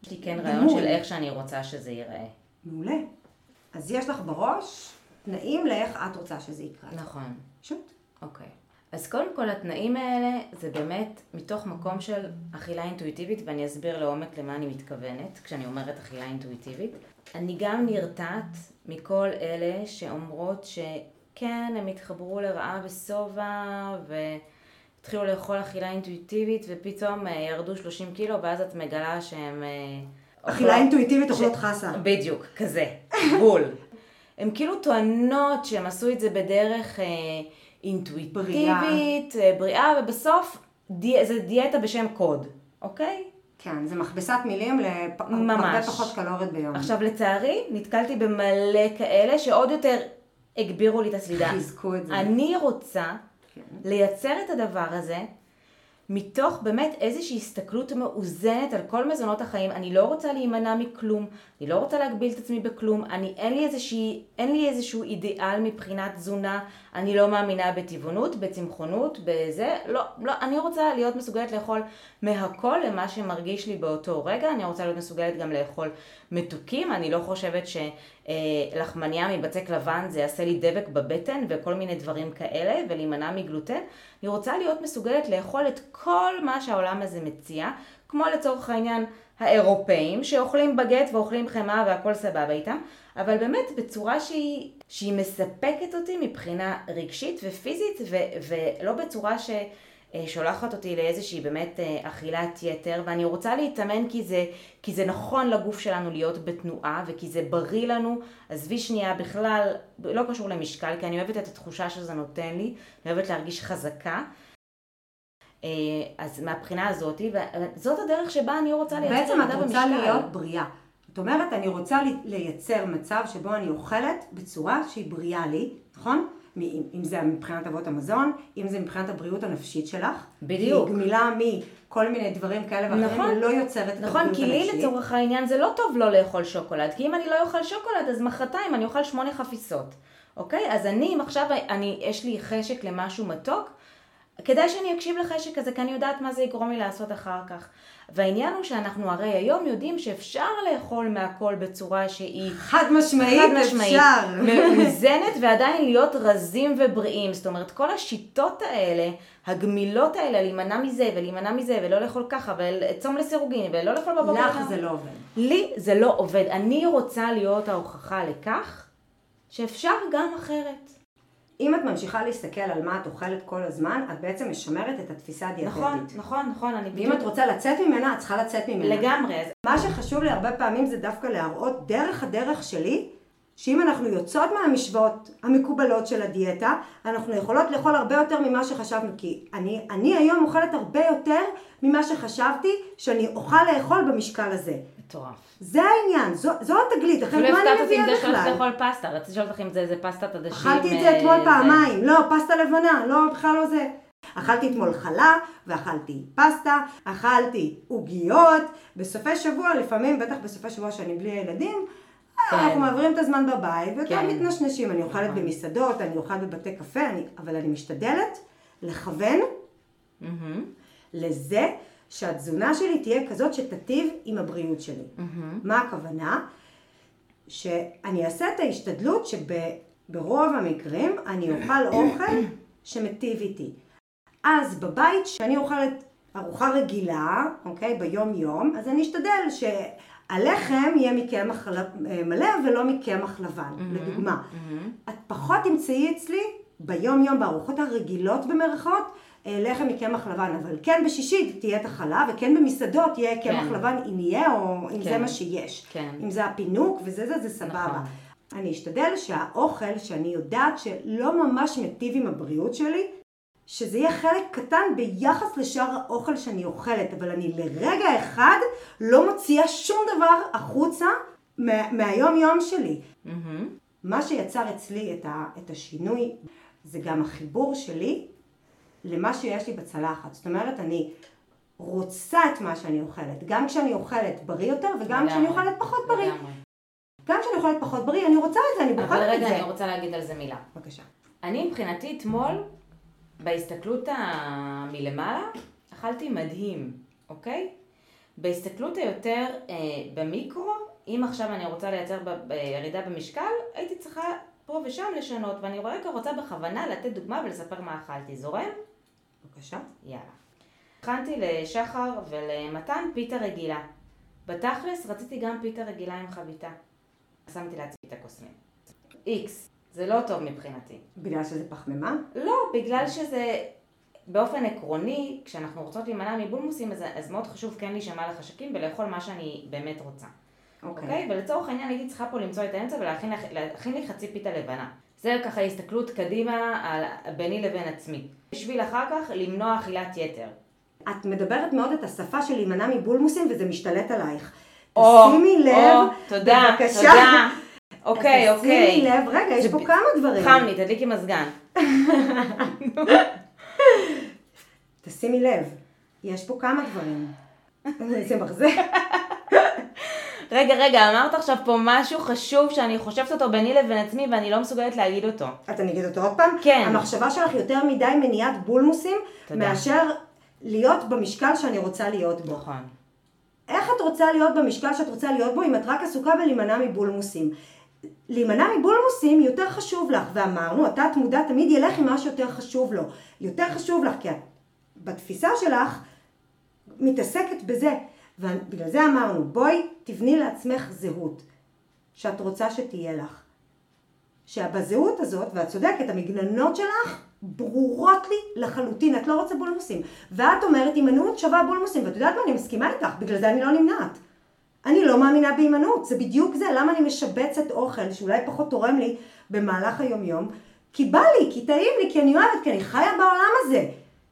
יש לי כן רעיון של איך שאני רוצה שזה ייראה. מעולה. אז יש לך בראש תנאים לאיך את רוצה שזה יקרה. נכון. פשוט. אוקיי. אז קודם כל התנאים האלה זה באמת מתוך מקום של אכילה אינטואיטיבית, ואני אסביר לעומק למה אני מתכוונת כשאני אומרת אכילה אינטואיטיבית. אני גם נרתעת מכל אלה שאומרות שכן, הם התחברו לרעה בסובה והתחילו לאכול אכילה אינטואיטיבית ופתאום ירדו שלושים קילו ואז את מגלה שהם... אכילה אינטואיטיבית אוכלות חסה. בדיוק, כזה, בול. הם כאילו טוענות שהם עשו את זה בדרך... אינטואיטיבית, בריאה, בריאה ובסוף די, זה דיאטה בשם קוד, אוקיי? כן, זה מכבסת מילים להרבה פחות קלוריות ביום. עכשיו לצערי, נתקלתי במלא כאלה שעוד יותר הגבירו לי את הסלידה. חיזקו את זה. אני רוצה כן. לייצר את הדבר הזה, מתוך באמת איזושהי הסתכלות מאוזנת על כל מזונות החיים. אני לא רוצה להימנע מכלום, אני לא רוצה להגביל את עצמי בכלום, אני, אין לי איזושהי, אין לי איזשהו אידיאל מבחינת תזונה, אני לא מאמינה בטבעונות, בצמחונות, בזה, לא, לא, אני רוצה להיות מסוגלת לאכול מהכל למה שמרגיש לי באותו רגע, אני רוצה להיות מסוגלת גם לאכול מתוקים, אני לא חושבת שלחמניה מבצק לבן זה יעשה לי דבק בבטן וכל מיני דברים כאלה, ולהימנע מגלוטן. אני רוצה להיות מסוגלת לאכול את כל מה שהעולם הזה מציע, כמו לצורך העניין האירופאים שאוכלים בגט ואוכלים חמה והכל סבבה איתם, אבל באמת בצורה שהיא, שהיא מספקת אותי מבחינה רגשית ופיזית, ו, ולא בצורה ששולחת אותי לאיזושהי באמת אכילת יתר, ואני רוצה להתאמן כי זה, כי זה נכון לגוף שלנו להיות בתנועה, וכי זה בריא לנו. עזבי שנייה בכלל, לא קשור למשקל, כי אני אוהבת את התחושה שזה נותן לי, אני אוהבת להרגיש חזקה. אז מהבחינה הזאת, וזאת הדרך שבה אני רוצה לייצר בעצם את רוצה להיות בריאה. זאת אומרת, אני רוצה לייצר מצב שבו אני אוכלת בצורה שהיא בריאה לי, נכון? אם זה מבחינת אבות המזון, אם זה מבחינת הבריאות הנפשית שלך. בדיוק. היא גמילה מכל מיני דברים כאלה ואחרים, נכון, לא יוצרת את הבריאות הנפשית. נכון, כי לי לצורך העניין זה לא טוב לא לאכול שוקולד, כי אם אני לא אוכל שוקולד, אז מחרתיים אני אוכל שמונה חפיסות. אוקיי? אז אני, אם עכשיו אני, יש לי חשק למשהו מתוק, כדאי שאני אקשיב לחשק הזה, כי אני יודעת מה זה יגרום לי לעשות אחר כך. והעניין הוא שאנחנו הרי היום יודעים שאפשר לאכול מהכל בצורה שהיא חד משמעית, חד משמעית אפשר. מאוזנת ועדיין להיות רזים ובריאים. זאת אומרת, כל השיטות האלה, הגמילות האלה, להימנע מזה ולהימנע מזה ולא לאכול ככה ולצום לסירוגין ולא לאכול בבוקר. לך זה לא עובד. לי זה לא עובד. אני רוצה להיות ההוכחה לכך שאפשר גם אחרת. אם את ממשיכה להסתכל על מה את אוכלת כל הזמן, את בעצם משמרת את התפיסה הדיאטטית. נכון, נכון, נכון. אני ואם את רוצה לצאת ממנה, את צריכה לצאת ממנה. לגמרי. מה שחשוב לי הרבה פעמים זה דווקא להראות דרך הדרך שלי, שאם אנחנו יוצאות מהמשוואות המקובלות של הדיאטה, אנחנו יכולות לאכול הרבה יותר ממה שחשבנו, כי אני, אני היום אוכלת הרבה יותר ממה שחשבתי שאני אוכל לאכול במשקל הזה. מטורף. זה העניין, זו, זו התגלית, אחרי מה אני מביאה בכלל? אפילו הפתעת אותי עם זה לאכול פסטה, רציתי לשאול אותך אם זה איזה פסטת עדשים. אכלתי את זה אתמול פעמיים, לא, פסטה לבנה, לא, בכלל לא זה. אכלתי אתמול חלה, ואכלתי פסטה, אכלתי עוגיות, בסופי שבוע, לפעמים, בטח בסופי שבוע שאני בלי ילדים, אנחנו מעבירים את הזמן בבית, ויותר מתנשנשים, אני אוכלת במסעדות, אני אוכלת בבתי קפה, אבל אני משתדלת לכוון לזה, שהתזונה שלי תהיה כזאת שתטיב עם הבריאות שלי. Mm-hmm. מה הכוונה? שאני אעשה את ההשתדלות שברוב המקרים אני אוכל אוכל שמטיב איתי. אז בבית שאני אוכלת ארוחה רגילה, אוקיי, ביום יום, אז אני אשתדל שהלחם יהיה מקמח מלא ולא מקמח לבן, mm-hmm. לדוגמה. Mm-hmm. את פחות תמצאי אצלי ביום יום בארוחות הרגילות במרכאות, לחם מקמח לבן, אבל כן בשישית תהיה את החלה, וכן במסעדות יהיה קמח כן. לבן אם יהיה, או אם כן. זה מה שיש. כן. אם זה הפינוק וזה זה, זה סבבה. נכון. אני אשתדל שהאוכל שאני יודעת שלא ממש מטיב עם הבריאות שלי, שזה יהיה חלק קטן ביחס לשאר האוכל שאני אוכלת, אבל אני לרגע אחד לא מוציאה שום דבר החוצה מה, מהיום יום שלי. Mm-hmm. מה שיצר אצלי את, ה, את השינוי, זה גם החיבור שלי, למה שיש לי בצלחת. זאת אומרת, אני רוצה את מה שאני אוכלת. גם כשאני אוכלת בריא יותר, וגם כשאני אוכלת פחות בריא. גם כשאני אוכלת פחות בריא, אני רוצה את זה, אני בוחרת את זה. אבל רגע, אני רוצה להגיד על זה מילה. בבקשה. אני מבחינתי אתמול, בהסתכלות מלמעלה, אכלתי מדהים, אוקיי? בהסתכלות היותר אה, במיקרו, אם עכשיו אני רוצה לייצר בירידה במשקל, הייתי צריכה פה ושם לשנות, ואני רואה כרוצה בכוונה לתת דוגמה ולספר מה אכלתי. זורם? בבקשה. יאללה. הכנתי לשחר ולמתן פיתה רגילה. בתכלס רציתי גם פיתה רגילה עם חביתה. שמתי לעצמי את הקוסמים. איקס, זה לא טוב מבחינתי. בגלל שזה פחמימה? לא, בגלל שזה באופן עקרוני, כשאנחנו רוצות להימנע מבולמוסים, אז, אז מאוד חשוב כן להישמע לחשקים ולאכול מה שאני באמת רוצה. אוקיי. אוקיי? ולצורך העניין הייתי צריכה פה למצוא את האמצע ולהכין להכין לי חצי פיתה לבנה. זה ככה הסתכלות קדימה על ביני לבין עצמי. בשביל אחר כך למנוע אכילת יתר. את מדברת מאוד את השפה של להימנע מבולמוסים וזה משתלט עלייך. או, תשימי לב, או, תודה, בבקשה. תודה. אוקיי, אוקיי. תשימי לב, רגע, יש פה כמה דברים. חם לי, תדליקי מזגן. תשימי לב, יש פה כמה דברים. זה מחזק. רגע, רגע, אמרת עכשיו פה משהו חשוב שאני חושבת אותו ביני לבין עצמי ואני לא מסוגלת להגיד אותו. אז אני אגיד אותו עוד פעם? כן. המחשבה שלך יותר מדי מניעת בולמוסים, תודה. מאשר להיות במשקל שאני רוצה להיות בו. נכון. איך את רוצה להיות במשקל שאת רוצה להיות בו אם את רק עסוקה בלהימנע מבולמוסים? להימנע מבולמוסים יותר חשוב לך, ואמרנו, אתה תמודע תמיד ילך עם מה שיותר חשוב לו. יותר חשוב לך, כי את בתפיסה שלך מתעסקת בזה. ובגלל זה אמרנו, בואי תבני לעצמך זהות שאת רוצה שתהיה לך. שבזהות הזאת, ואת צודקת, המגננות שלך ברורות לי לחלוטין, את לא רוצה בולמוסים. ואת אומרת, הימנעות שווה בולמוסים, ואת יודעת מה, אני מסכימה איתך, בגלל זה אני לא נמנעת. אני לא מאמינה בהימנעות, זה בדיוק זה, למה אני משבצת אוכל שאולי פחות תורם לי במהלך היום-יום, כי בא לי, כי טעים לי, כי אני אוהבת, כי אני חיה בעולם הזה.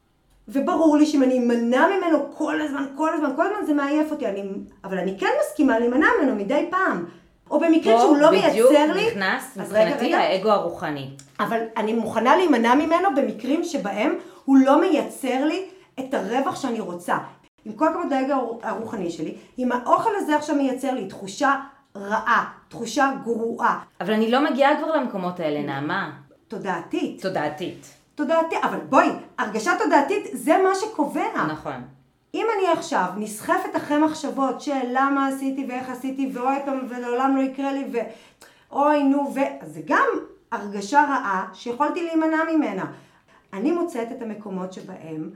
וברור לי שאם אני אמנע ממנו כל הזמן, כל הזמן, כל הזמן זה מעייף אותי, אני, אבל אני כן מסכימה להימנע ממנו מדי פעם. או במקרה שהוא לא מייצר לי. פה בדיוק נכנס מבחינתי האגו הרוחני. אבל אני מוכנה להימנע ממנו במקרים שבהם הוא לא מייצר לי את הרווח שאני רוצה. עם כל כמות האגו הרוחני שלי, אם האוכל הזה עכשיו מייצר לי תחושה רעה, תחושה גרועה. אבל אני לא מגיעה כבר למקומות האלה, נעמה. תודעתית. תודעתית. תודעתית, אבל בואי, הרגשה תודעתית זה מה שקובע. נכון. אם אני עכשיו נסחפת אחרי מחשבות של למה עשיתי ואיך עשיתי ואוי פעם ולעולם לא יקרה לי ואוי נו ו... אז זה גם הרגשה רעה שיכולתי להימנע ממנה. אני מוצאת את המקומות שבהם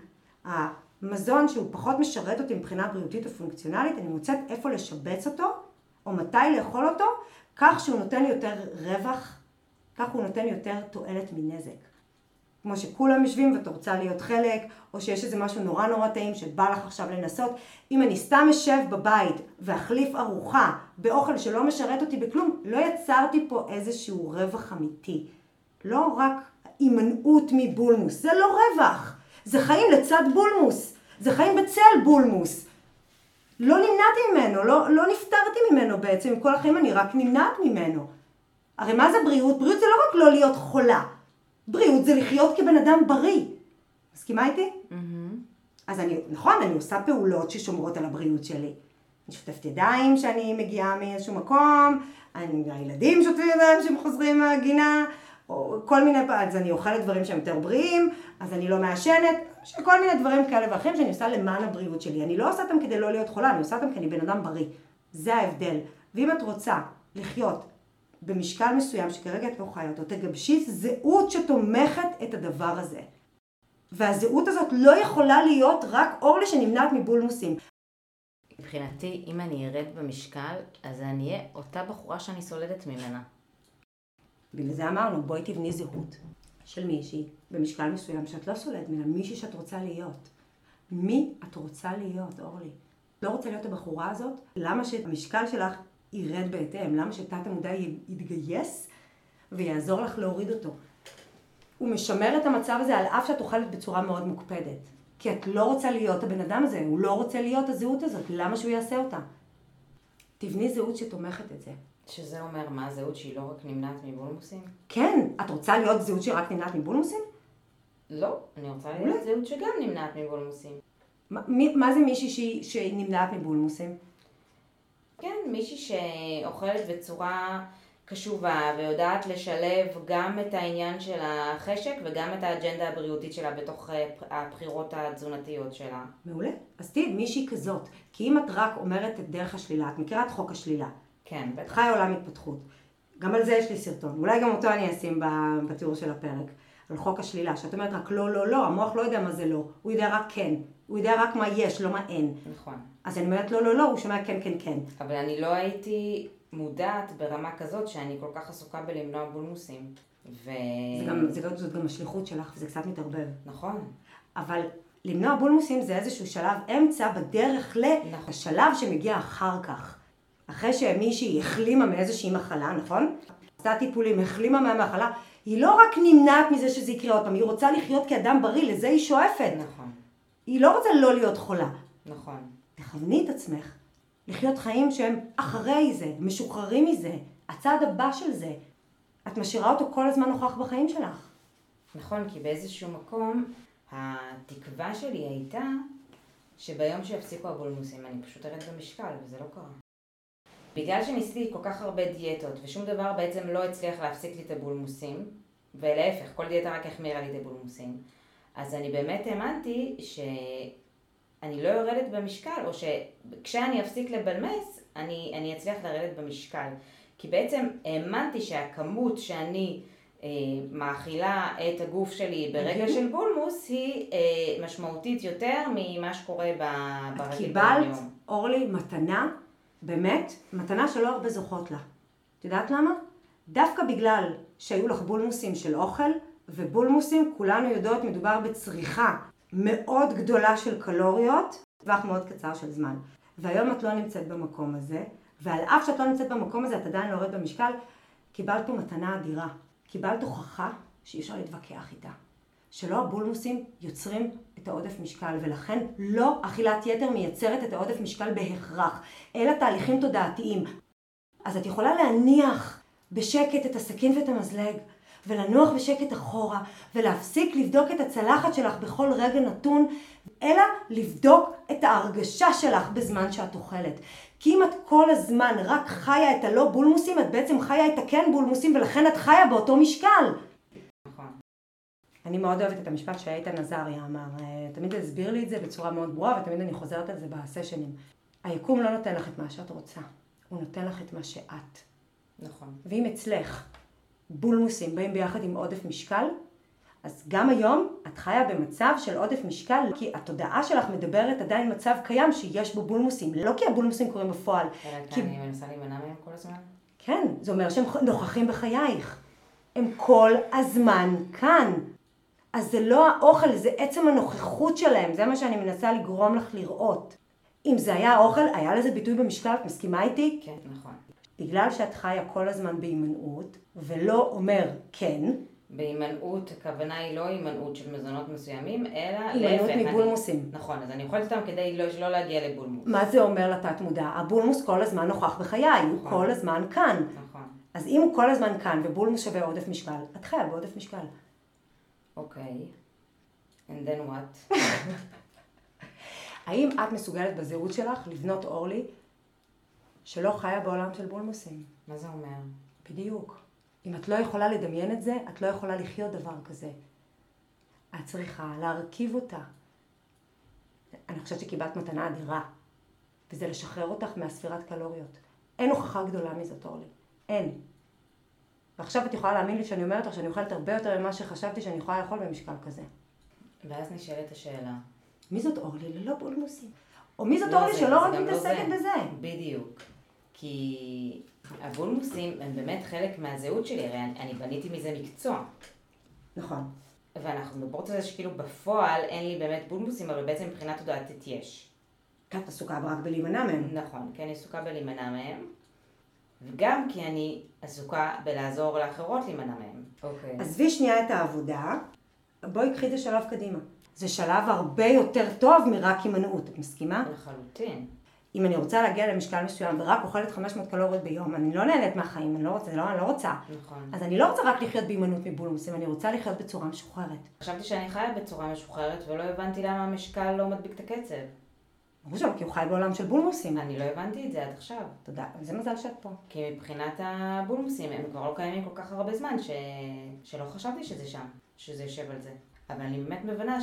המזון שהוא פחות משרת אותי מבחינה בריאותית או פונקציונלית, אני מוצאת איפה לשבץ אותו או מתי לאכול אותו, כך שהוא נותן לי יותר רווח, כך הוא נותן לי יותר תועלת מנזק. כמו שכולם יושבים ואתה רוצה להיות חלק, או שיש איזה משהו נורא נורא טעים שבא לך עכשיו לנסות. אם אני סתם אשב בבית ואחליף ארוחה באוכל שלא משרת אותי בכלום, לא יצרתי פה איזשהו רווח אמיתי. לא רק הימנעות מבולמוס, זה לא רווח. זה חיים לצד בולמוס, זה חיים בצל בולמוס. לא נמנעתי ממנו, לא, לא נפטרתי ממנו בעצם, עם כל החיים אני רק נמנעת ממנו. הרי מה זה בריאות? בריאות זה לא רק לא להיות חולה. בריאות זה לחיות כבן אדם בריא. מסכימה איתי? Mm-hmm. אז אני, נכון, אני עושה פעולות ששומרות על הבריאות שלי. אני שוטפת ידיים שאני מגיעה מאיזשהו מקום, אני, הילדים שוטפים ידיים שהם חוזרים מהגינה, או כל מיני, אז אני אוכלת דברים שהם יותר בריאים, אז אני לא מעשנת, כל מיני דברים כאלה ואחרים שאני עושה למען הבריאות שלי. אני לא עושה אותם כדי לא להיות חולה, אני עושה אותם כי אני בן אדם בריא. זה ההבדל. ואם את רוצה לחיות במשקל מסוים שכרגע את לא חיה אותו, תגבשי זהות שתומכת את הדבר הזה. והזהות הזאת לא יכולה להיות רק אורלי שנמנעת מבולמוסים. מבחינתי, אם אני ארד במשקל, אז אני אהיה אותה בחורה שאני סולדת ממנה. בגלל זה אמרנו, בואי תבני זהות של מישהי במשקל מסוים שאת לא סולדת ממנה, מישהי שאת רוצה להיות. מי את רוצה להיות, אורלי? לא רוצה להיות הבחורה הזאת? למה שהמשקל שלך ירד בהתאם? למה שתת המודע יתגייס ויעזור לך להוריד אותו? הוא משמר את המצב הזה על אף שאת אוכלת בצורה מאוד מוקפדת. כי את לא רוצה להיות הבן אדם הזה, הוא לא רוצה להיות הזהות הזאת, למה שהוא יעשה אותה? תבני זהות שתומכת את זה. שזה אומר מה, זהות שהיא לא רק נמנעת מבולמוסים? כן, את רוצה להיות זהות שרק נמנעת מבולמוסים? לא, אני רוצה להיות זהות שגם נמנעת מבולמוסים. מה, מה זה מישהי שנמנעת מבולמוסים? כן, מישהי שאוכלת בצורה קשובה ויודעת לשלב גם את העניין של החשק וגם את האג'נדה הבריאותית שלה בתוך הבחירות התזונתיות שלה. מעולה. אז תהי מישהי כזאת, כי אם את רק אומרת את דרך השלילה, את מכירה את חוק השלילה. כן, בטח. חי עולם התפתחות. גם על זה יש לי סרטון. אולי גם אותו אני אשים בתיאור של הפרק. על חוק השלילה, שאת אומרת רק לא, לא, לא, המוח לא יודע מה זה לא. הוא יודע רק כן. הוא יודע רק מה יש, לא מה אין. נכון. אז אני אומרת לא, לא, לא, הוא שומע כן, כן, כן. אבל אני לא הייתי מודעת ברמה כזאת שאני כל כך עסוקה בלמנוע בולמוסים. ו... זה גם, זה גם, זאת גם השליחות שלך, וזה קצת מתערבב. נכון. אבל למנוע בולמוסים זה איזשהו שלב אמצע בדרך נכון. לשלב שמגיע אחר כך. אחרי שמישהי החלימה מאיזושהי מחלה, נכון? עשתה טיפולים, החלימה מהמחלה, היא לא רק נמנעת מזה שזה יקרה עוד פעם, היא רוצה לחיות כאדם בריא, לזה היא שואפת. נכון. היא לא רוצה לא להיות חולה. נכון. תכווני את עצמך לחיות חיים שהם אחרי זה, משוחררים מזה, הצעד הבא של זה. את משאירה אותו כל הזמן נוכח בחיים שלך. נכון, כי באיזשהו מקום התקווה שלי הייתה שביום שיפסיקו הבולמוסים אני פשוט ארד במשקל, וזה לא קרה. בגלל שניסיתי כל כך הרבה דיאטות ושום דבר בעצם לא הצליח להפסיק לי את הבולמוסים, ולהפך, כל דיאטה רק החמירה לי את הבולמוסים, אז אני באמת האמנתי שאני לא יורדת במשקל, או שכשאני אפסיק לבלמס, אני, אני אצליח לרדת במשקל. כי בעצם האמנתי שהכמות שאני אה, מאכילה את הגוף שלי ברגע של בולמוס היא אה, משמעותית יותר ממה שקורה ברגיל ביום. קיבלת, אורלי, מתנה, באמת, מתנה שלא הרבה זוכות לה. את יודעת למה? דווקא בגלל שהיו לך בולמוסים של אוכל, ובולמוסים, כולנו יודעות, מדובר בצריכה מאוד גדולה של קלוריות, טווח מאוד קצר של זמן. והיום את לא נמצאת במקום הזה, ועל אף שאת לא נמצאת במקום הזה, את עדיין לא יורדת במשקל, קיבלת פה מתנה אדירה. קיבלת הוכחה שאי אפשר להתווכח איתה. שלא הבולמוסים יוצרים את העודף משקל, ולכן לא אכילת יתר מייצרת את העודף משקל בהכרח, אלא תהליכים תודעתיים. אז את יכולה להניח בשקט את הסכין ואת המזלג, ולנוח בשקט אחורה, ולהפסיק לבדוק את הצלחת שלך בכל רגע נתון, אלא לבדוק את ההרגשה שלך בזמן שאת אוכלת. כי אם את כל הזמן רק חיה את הלא בולמוסים, את בעצם חיה את הכן בולמוסים, ולכן את חיה באותו משקל. נכון. אני מאוד אוהבת את המשפט שאיתן עזריה אמר, תמיד הסביר לי את זה בצורה מאוד ברורה, ותמיד אני חוזרת על זה בסשנים. היקום לא נותן לך את מה שאת רוצה, הוא נותן לך את מה שאת. נכון. ואם אצלך בולמוסים באים ביחד עם עודף משקל, אז גם היום את חיה במצב של עודף משקל, כי התודעה שלך מדברת עדיין מצב קיים שיש בו בולמוסים, לא כי הבולמוסים קורים בפועל. אלא כי... כי אני מנסה להימנע מהם כל הזמן? כן, זה אומר שהם נוכחים בחייך. הם כל הזמן כאן. אז זה לא האוכל, זה עצם הנוכחות שלהם, זה מה שאני מנסה לגרום לך לראות. אם זה היה האוכל, היה לזה ביטוי במשקל, את מסכימה איתי? כן, נכון. בגלל שאת חיה כל הזמן בהימנעות, ולא אומר כן. בהימנעות, הכוונה היא לא הימנעות של מזונות מסוימים, אלא הימנעות מבולמוסים. אני... נכון, אז אני אוכלת אותם כדי לא, לא להגיע לבולמוס. מה זה אומר לתת מודע? הבולמוס כל הזמן נוכח בחיי, נכון. הוא כל הזמן כאן. נכון. אז אם הוא כל הזמן כאן ובולמוס שווה עודף משקל, את חיה בעודף משקל. אוקיי. And then what? האם את מסוגלת בזהות שלך לבנות אורלי שלא חיה בעולם של בולמוסים? מה זה אומר? בדיוק. אם את לא יכולה לדמיין את זה, את לא יכולה לחיות דבר כזה. את צריכה להרכיב אותה. אני חושבת שקיבלת מתנה אדירה, וזה לשחרר אותך מהספירת קלוריות. אין הוכחה גדולה מזאת, אורלי. אין. ועכשיו את יכולה להאמין לי שאני אומרת לך שאני אוכלת הרבה יותר ממה שחשבתי שאני יכולה לאכול במשקל כזה. ואז נשאלת השאלה. מי זאת אורלי ללא בולמוסים? או מי זאת לא אורלי זה, שלא רק מתעסקת בזה? בדיוק. כי הבולמוסים הם באמת חלק מהזהות שלי, הרי אני, אני בניתי מזה מקצוע. נכון. ואנחנו מדברות על זה שכאילו בפועל אין לי באמת בולמוסים, אבל בעצם מבחינת תודעתית יש. כי את עסוקה רק בלהימנע מהם. נכון, כי אני עסוקה בלהימנע מהם. וגם כי אני עסוקה בלעזור לאחרות להימנע מהם. אוקיי. עזבי שנייה את העבודה, בואי קחי את השלב קדימה. זה שלב הרבה יותר טוב מרק הימנעות, את מסכימה? לחלוטין. אם אני רוצה להגיע למשקל מסוים ורק אוכלת חמש מאות קלוריות ביום, אני לא נהנית מהחיים, אני לא רוצה, לא, אני לא רוצה. נכון. אז אני לא רוצה רק לחיות בהימנעות מבולמוסים, אני רוצה לחיות בצורה משוחררת. חשבתי שאני חיה בצורה משוחררת ולא הבנתי למה המשקל לא מדביק את הקצב. ברור שלא, כי הוא חי בעולם של בולמוסים. אני לא הבנתי את זה עד עכשיו. תודה, זה מזל שאת פה. כי מבחינת הבולמוסים הם כבר לא קיימים כל כך הרבה זמן, ש... שלא חשבתי שזה שם, שזה יושב על זה. אבל אני באמת מבינה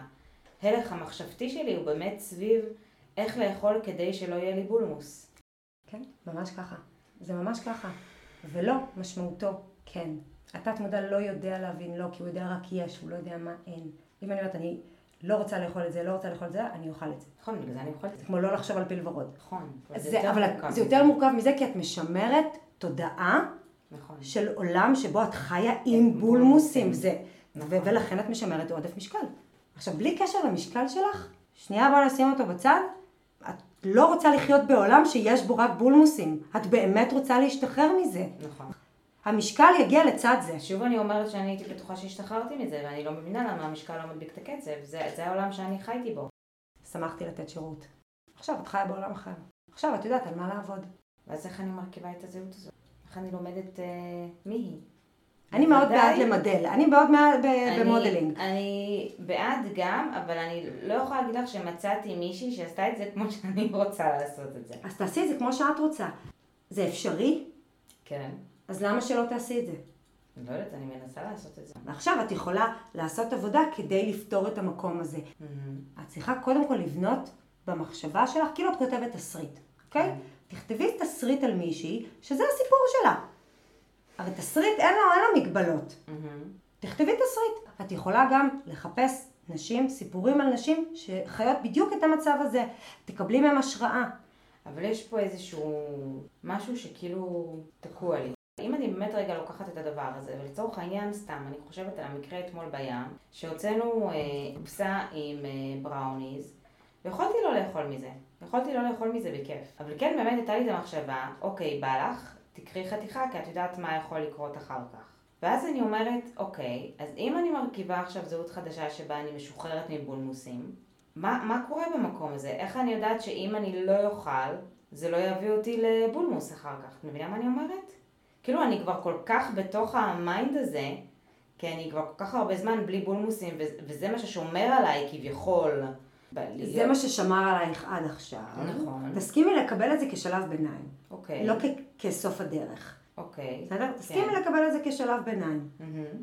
שההלך המחשבתי שלי הוא באמת סביב איך לאכול כדי שלא יהיה לי בולמוס. כן, ממש ככה. זה ממש ככה. ולא, משמעותו, כן. התת מודע לא יודע להבין לא, כי הוא יודע רק יש, הוא לא יודע מה אין. אם אני אומרת, אני לא רוצה לאכול את זה, לא רוצה לאכול את זה, אני אוכל את זה. נכון, בגלל זה אני אוכלת את זה. כמו לא לחשוב על פיל ורוד. נכון. זה, אבל זה יותר מורכב מזה, כי את משמרת תודעה נכון. של עולם שבו את חיה עם בולמוסים. זה. נכון. ו- ולכן את משמרת עודף משקל. עכשיו, בלי קשר למשקל שלך, שנייה בוא נשים אותו בצד, את לא רוצה לחיות בעולם שיש בו רק בולמוסים. את באמת רוצה להשתחרר מזה. נכון. המשקל יגיע לצד זה. שוב אני אומרת שאני הייתי בטוחה שהשתחררתי מזה, ואני לא מבינה למה המשקל לא מדביק את הקצב. זה, זה העולם שאני חייתי בו. שמחתי לתת שירות. עכשיו את חיה בעולם אחר. עכשיו את יודעת על מה לעבוד. ואז איך אני מרכיבה את הזהות הזאת? איך אני לומדת אה, מי היא? אני מאוד ודאי, בעד למדל. אני מאוד בעד אני, במודלינג. אני בעד גם, אבל אני לא יכולה להגיד לך שמצאתי מישהי שעשתה את זה כמו שאני רוצה לעשות את זה. אז תעשי את זה כמו שאת רוצה. זה אפשרי? כן. אז למה שלא תעשי את זה? אני לא יודעת, אני מנסה לעשות את זה. ועכשיו את יכולה לעשות עבודה כדי לפתור את המקום הזה. Mm-hmm. את צריכה קודם כל לבנות במחשבה שלך, כאילו את כותבת תסריט, אוקיי? Mm-hmm. תכתבי תסריט על מישהי, שזה הסיפור שלה. הרי תסריט אין לו, אין לו מגבלות. Mm-hmm. תכתבי תסריט. את יכולה גם לחפש נשים, סיפורים על נשים שחיות בדיוק את המצב הזה. תקבלי מהם השראה. אבל יש פה איזשהו משהו שכאילו תקוע לי. אם אני באמת רגע לוקחת את הדבר הזה, ולצורך העניין סתם, אני חושבת על המקרה אתמול בים, שהוצאנו אה, קופסה עם אה, בראוניז, ויכולתי לא לאכול מזה. יכולתי לא לאכול מזה בכיף. אבל כן, באמת הייתה לי את המחשבה, אוקיי, בא לך, תקחי חתיכה, כי את יודעת מה יכול לקרות אחר כך. ואז אני אומרת, אוקיי, אז אם אני מרכיבה עכשיו זהות חדשה שבה אני משוחררת מבולמוסים, מה, מה קורה במקום הזה? איך אני יודעת שאם אני לא אוכל, זה לא יביא אותי לבולמוס אחר כך? את מבינה מה אני אומרת? כאילו אני כבר כל כך בתוך המיינד הזה, כי אני כבר כל כך הרבה זמן בלי בולמוסים, וזה מה ששומר עליי כביכול. זה מה ששמר עלייך עד עכשיו. נכון. תסכימי לקבל את זה כשלב ביניים. אוקיי. לא כ- כסוף הדרך. אוקיי. בסדר? תסכימי לקבל את זה כשלב ביניים. Mm-hmm.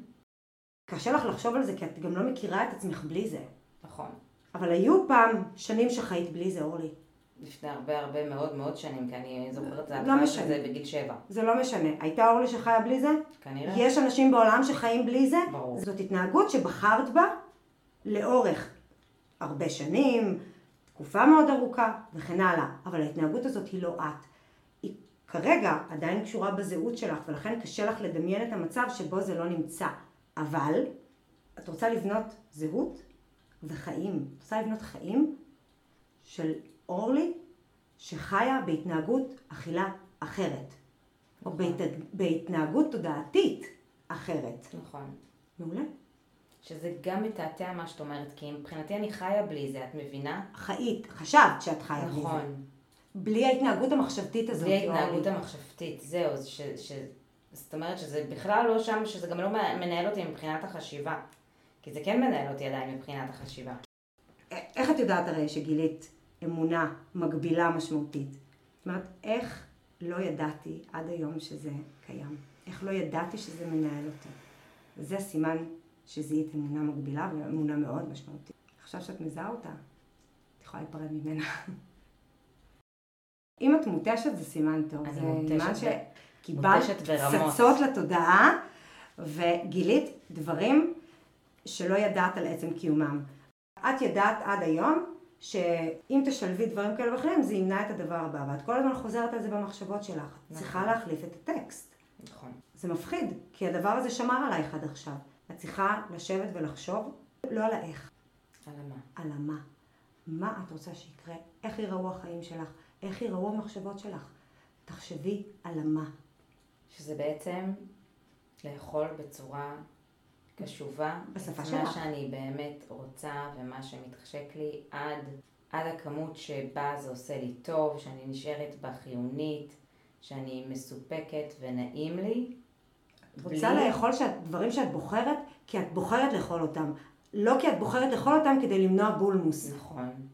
קשה לך לחשוב על זה, כי את גם לא מכירה את עצמך בלי זה. נכון. אבל היו פעם שנים שחיית בלי זה, אורלי. לפני הרבה הרבה מאוד מאוד שנים, כי אני זוכרת את לא ההתחלה משנה. של זה בגיל שבע. זה לא משנה. הייתה אורלי שחיה בלי זה? כנראה. יש אנשים בעולם שחיים בלי זה? ברור. זאת התנהגות שבחרת בה לאורך הרבה שנים, תקופה מאוד ארוכה וכן הלאה. אבל ההתנהגות הזאת היא לא את. היא כרגע עדיין קשורה בזהות שלך, ולכן קשה לך לדמיין את המצב שבו זה לא נמצא. אבל את רוצה לבנות זהות וחיים. את רוצה לבנות חיים של אורלי שחיה בהתנהגות אכילה אחרת. או בהת... בהתנהגות תודעתית אחרת. נכון. מעולה. שזה גם מתעתע מה שאת אומרת, כי מבחינתי אני חיה בלי זה, את מבינה? חיית, חשבת שאת חיה בלי זה. נכון. בלי ההתנהגות המחשבתית הזאת. בלי ההתנהגות המחשבתית, זהו, ש, ש, זאת אומרת שזה בכלל לא שם, שזה גם לא מנהל אותי מבחינת החשיבה. כי זה כן מנהל אותי עדיין מבחינת החשיבה. איך את יודעת הרי שגילית אמונה מגבילה משמעותית? זאת אומרת, איך לא ידעתי עד היום שזה קיים? איך לא ידעתי שזה מנהל אותי? זה סימן שזיהית אמונה מגבילה ואמונה מאוד משמעותית. עכשיו שאת מזהה אותה, את יכולה להיפרד ממנה. אם את מותשת זה סימן טוב. אני זה מותשת, ש... קיבלת פצצות לתודעה וגילית דברים שלא ידעת על עצם קיומם. את ידעת עד היום שאם תשלבי דברים כאלה ואחרים זה ימנע את הדבר הבא, ואת כל הזמן חוזרת על זה במחשבות שלך. את נכון. צריכה להחליף את הטקסט. נכון. זה מפחיד, כי הדבר הזה שמר עלייך עד עכשיו. את צריכה לשבת ולחשוב, לא על האיך. על מה? על המה. מה את רוצה שיקרה? איך ייראו החיים שלך? איך ייראו המחשבות שלך? תחשבי על המה. שזה בעצם לאכול בצורה קשובה. בשפה את שלך. מה שאני באמת רוצה ומה שמתחשק לי עד, עד הכמות שבה זה עושה לי טוב, שאני נשארת בה חיונית, שאני מסופקת ונעים לי. את רוצה לאכול שאת, דברים שאת בוחרת, כי את בוחרת לאכול אותם. לא כי את בוחרת לאכול אותם כדי למנוע בולמוס. נכון.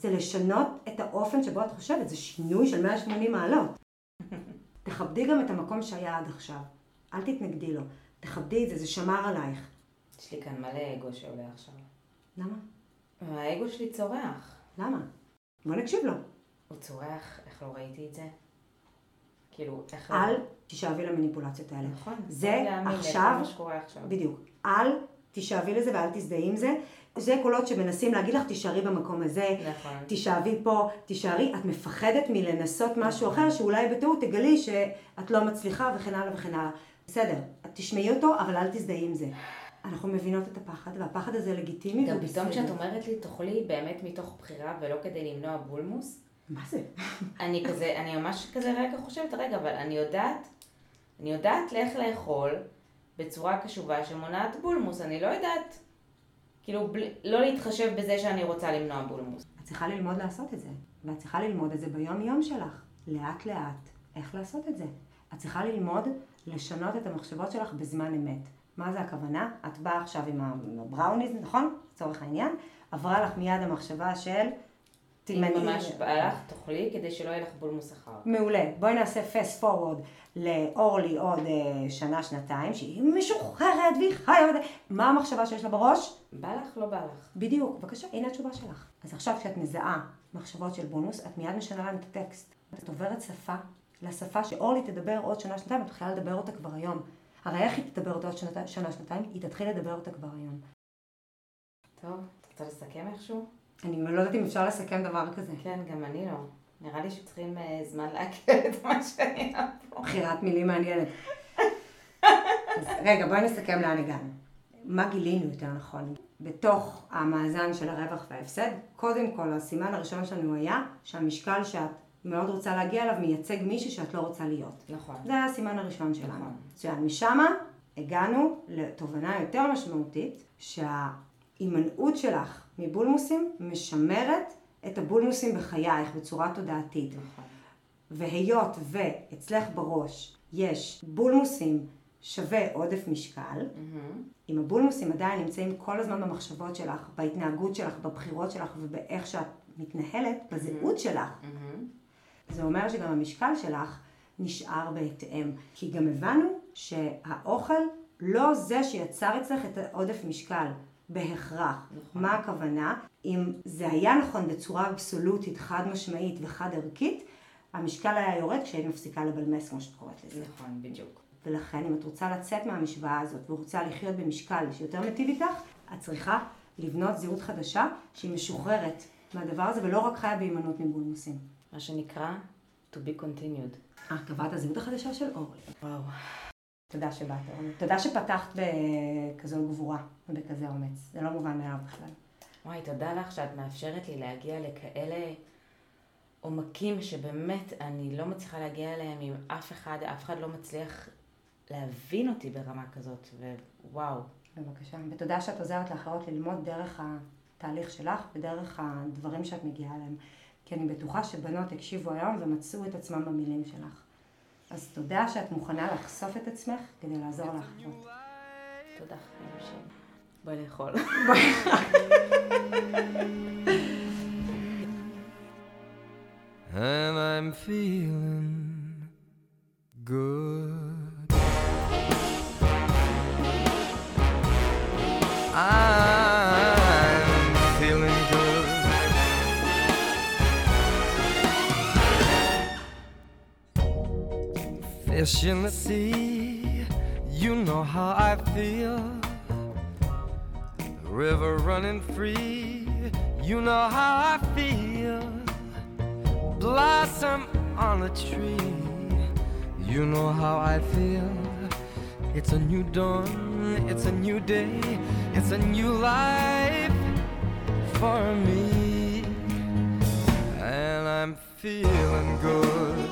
זה לשנות את האופן שבו את חושבת, זה שינוי של מאה ושמונים מעלות. תכבדי גם את המקום שהיה עד עכשיו, אל תתנגדי לו, תכבדי את זה, זה שמר עלייך. יש לי כאן מלא אגו שעולה עכשיו. למה? האגו שלי צורח. למה? בוא נקשיב לו. הוא צורח, איך לא ראיתי את זה? כאילו, איך... אל תשאבי למניפולציות האלה. נכון. זה עכשיו, עכשיו, בדיוק, אל תשאבי לזה ואל תזדהי עם זה. זה קולות שמנסים להגיד לך, תישארי במקום הזה, נכון. תישאבי פה, תישארי, את מפחדת מלנסות משהו אחר, שאולי בטעות תגלי שאת לא מצליחה וכן הלאה וכן הלאה. בסדר, את תשמעי אותו, אבל אל תזדהי עם זה. אנחנו מבינות את הפחד, והפחד הזה לגיטימי. גם פתאום כשאת אומרת לי, תאכלי באמת מתוך בחירה ולא כדי למנוע בולמוס. מה זה? אני כזה, אני ממש כזה רגע חושבת, רגע, אבל אני יודעת, אני יודעת לאיך לאכול בצורה קשובה שמונעת בולמוס, אני לא יודעת, כאילו, לא להתחשב בזה שאני רוצה למנוע בולמוס. את צריכה ללמוד לעשות את זה, ואת צריכה ללמוד את זה ביום יום שלך, לאט לאט, איך לעשות את זה. את צריכה ללמוד לשנות את המחשבות שלך בזמן אמת. מה זה הכוונה? את באה עכשיו עם הבראוניז, נכון? לצורך העניין, עברה לך מיד המחשבה של... אם ממש בא לך, תאכלי כדי שלא יהיה לך בולמוס אחר. מעולה. בואי נעשה fast forward לאורלי עוד שנה, שנתיים, שהיא משוחררת והיא חיה. מה המחשבה שיש לה בראש? בא לך, לא בא לך. בדיוק. בבקשה, הנה התשובה שלך. אז עכשיו כשאת מזהה מחשבות של בונוס, את מיד משנה להם את הטקסט. את עוברת שפה לשפה שאורלי תדבר עוד שנה, שנתיים, את מתחילה לדבר אותה כבר היום. הרי איך היא תדבר אותה עוד שנה, שנתיים? היא תתחיל לדבר אותה כבר היום. טוב, את רוצה לסכם איכשהו? אני לא יודעת אם אפשר לסכם דבר כזה. כן, גם אני לא. נראה לי שצריכים זמן להכיר את מה שהיה פה. בחירת מילים מעניינת. אז רגע, בואי נסכם לאן הגענו. מה גילינו יותר נכון? בתוך המאזן של הרווח וההפסד, קודם כל, הסימן הראשון שלנו היה שהמשקל שאת מאוד רוצה להגיע אליו מייצג מישהו שאת לא רוצה להיות. נכון. זה היה הסימן הראשון שלנו. נכון. מצוין. משמה הגענו לתובנה יותר משמעותית, שההימנעות שלך מבולמוסים משמרת את הבולמוסים בחייך בצורה תודעתית. נכון. והיות ואצלך בראש יש בולמוסים שווה עודף משקל, mm-hmm. אם הבולמוסים עדיין נמצאים כל הזמן במחשבות שלך, בהתנהגות שלך, בבחירות שלך ובאיך שאת מתנהלת, mm-hmm. בזהות שלך, mm-hmm. זה אומר שגם המשקל שלך נשאר בהתאם. כי גם הבנו שהאוכל לא זה שיצר אצלך את העודף משקל. בהכרח. נכון. מה הכוונה? אם זה היה נכון בצורה אבסולוטית, חד משמעית וחד ערכית, המשקל היה יורד כשהיא מפסיקה לבלמס, כמו שאת קוראת לזה. נכון, בדיוק. ולכן, אם את רוצה לצאת מהמשוואה הזאת ורוצה לחיות במשקל שיותר מטיב איתך, את צריכה לבנות זהות חדשה שהיא משוחררת מהדבר הזה, ולא רק חיה בהימנעות מבולמוסים. מה שנקרא, to be continued. אה, קבעת הזהות החדשה של אורלי. וואו. תודה שבאת, אורלי. תודה שפתחת בכזו גבורה ובכזה אומץ. זה לא מובן מאליו בכלל. וואי, תודה לך שאת מאפשרת לי להגיע לכאלה עומקים שבאמת אני לא מצליחה להגיע אליהם עם אף אחד, אף אחד לא מצליח להבין אותי ברמה כזאת, ווואו. בבקשה, ותודה שאת עוזרת לאחרות ללמוד דרך התהליך שלך ודרך הדברים שאת מגיעה אליהם. כי אני בטוחה שבנות הקשיבו היום ומצאו את עצמם במילים שלך. אז תודה שאת מוכנה לחשוף את עצמך כדי לעזור לאחרות. תודה, חיים. בואי לאכול. And I'm feeling good. I'm feeling good. Fish in the sea, you know how I feel. The river running free, you know how I feel. Blossom on a tree, you know how I feel. It's a new dawn, it's a new day, it's a new life for me. And I'm feeling good.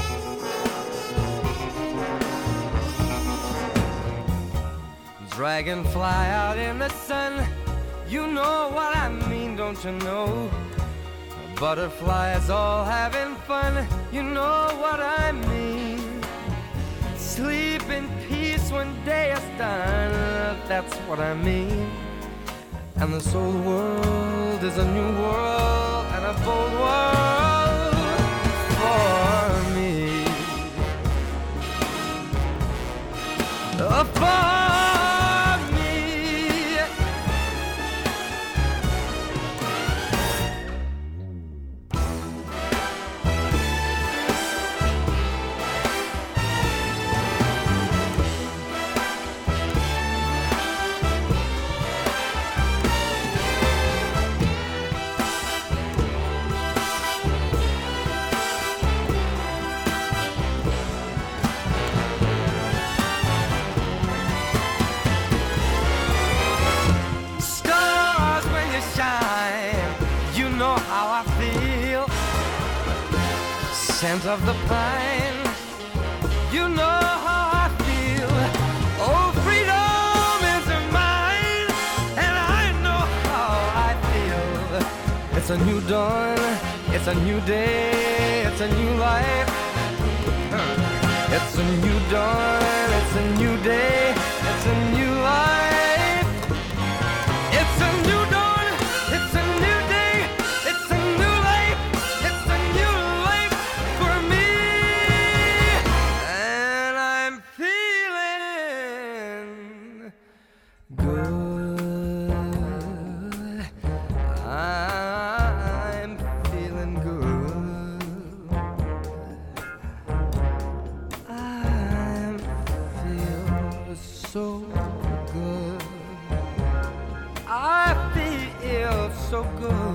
Dragonfly out in the sun, you know what I mean, don't you know? Butterflies all having fun, you know what I mean. Sleep in peace when day is done, that's what I mean. And this old world is a new world, and a old world for me. Uh, for me. Stars when you shine, you know how I feel. Scent of the pine, you know how I feel. Oh, freedom is mine, and I know how I feel. It's a new dawn, it's a new day, it's a new life. It's a new dawn, it's a new day, it's a new life. It's a new dawn, it's a new day, it's a new life, it's a new life for me. And I'm feeling good. I'm feeling good. I feel so good. I feel so good.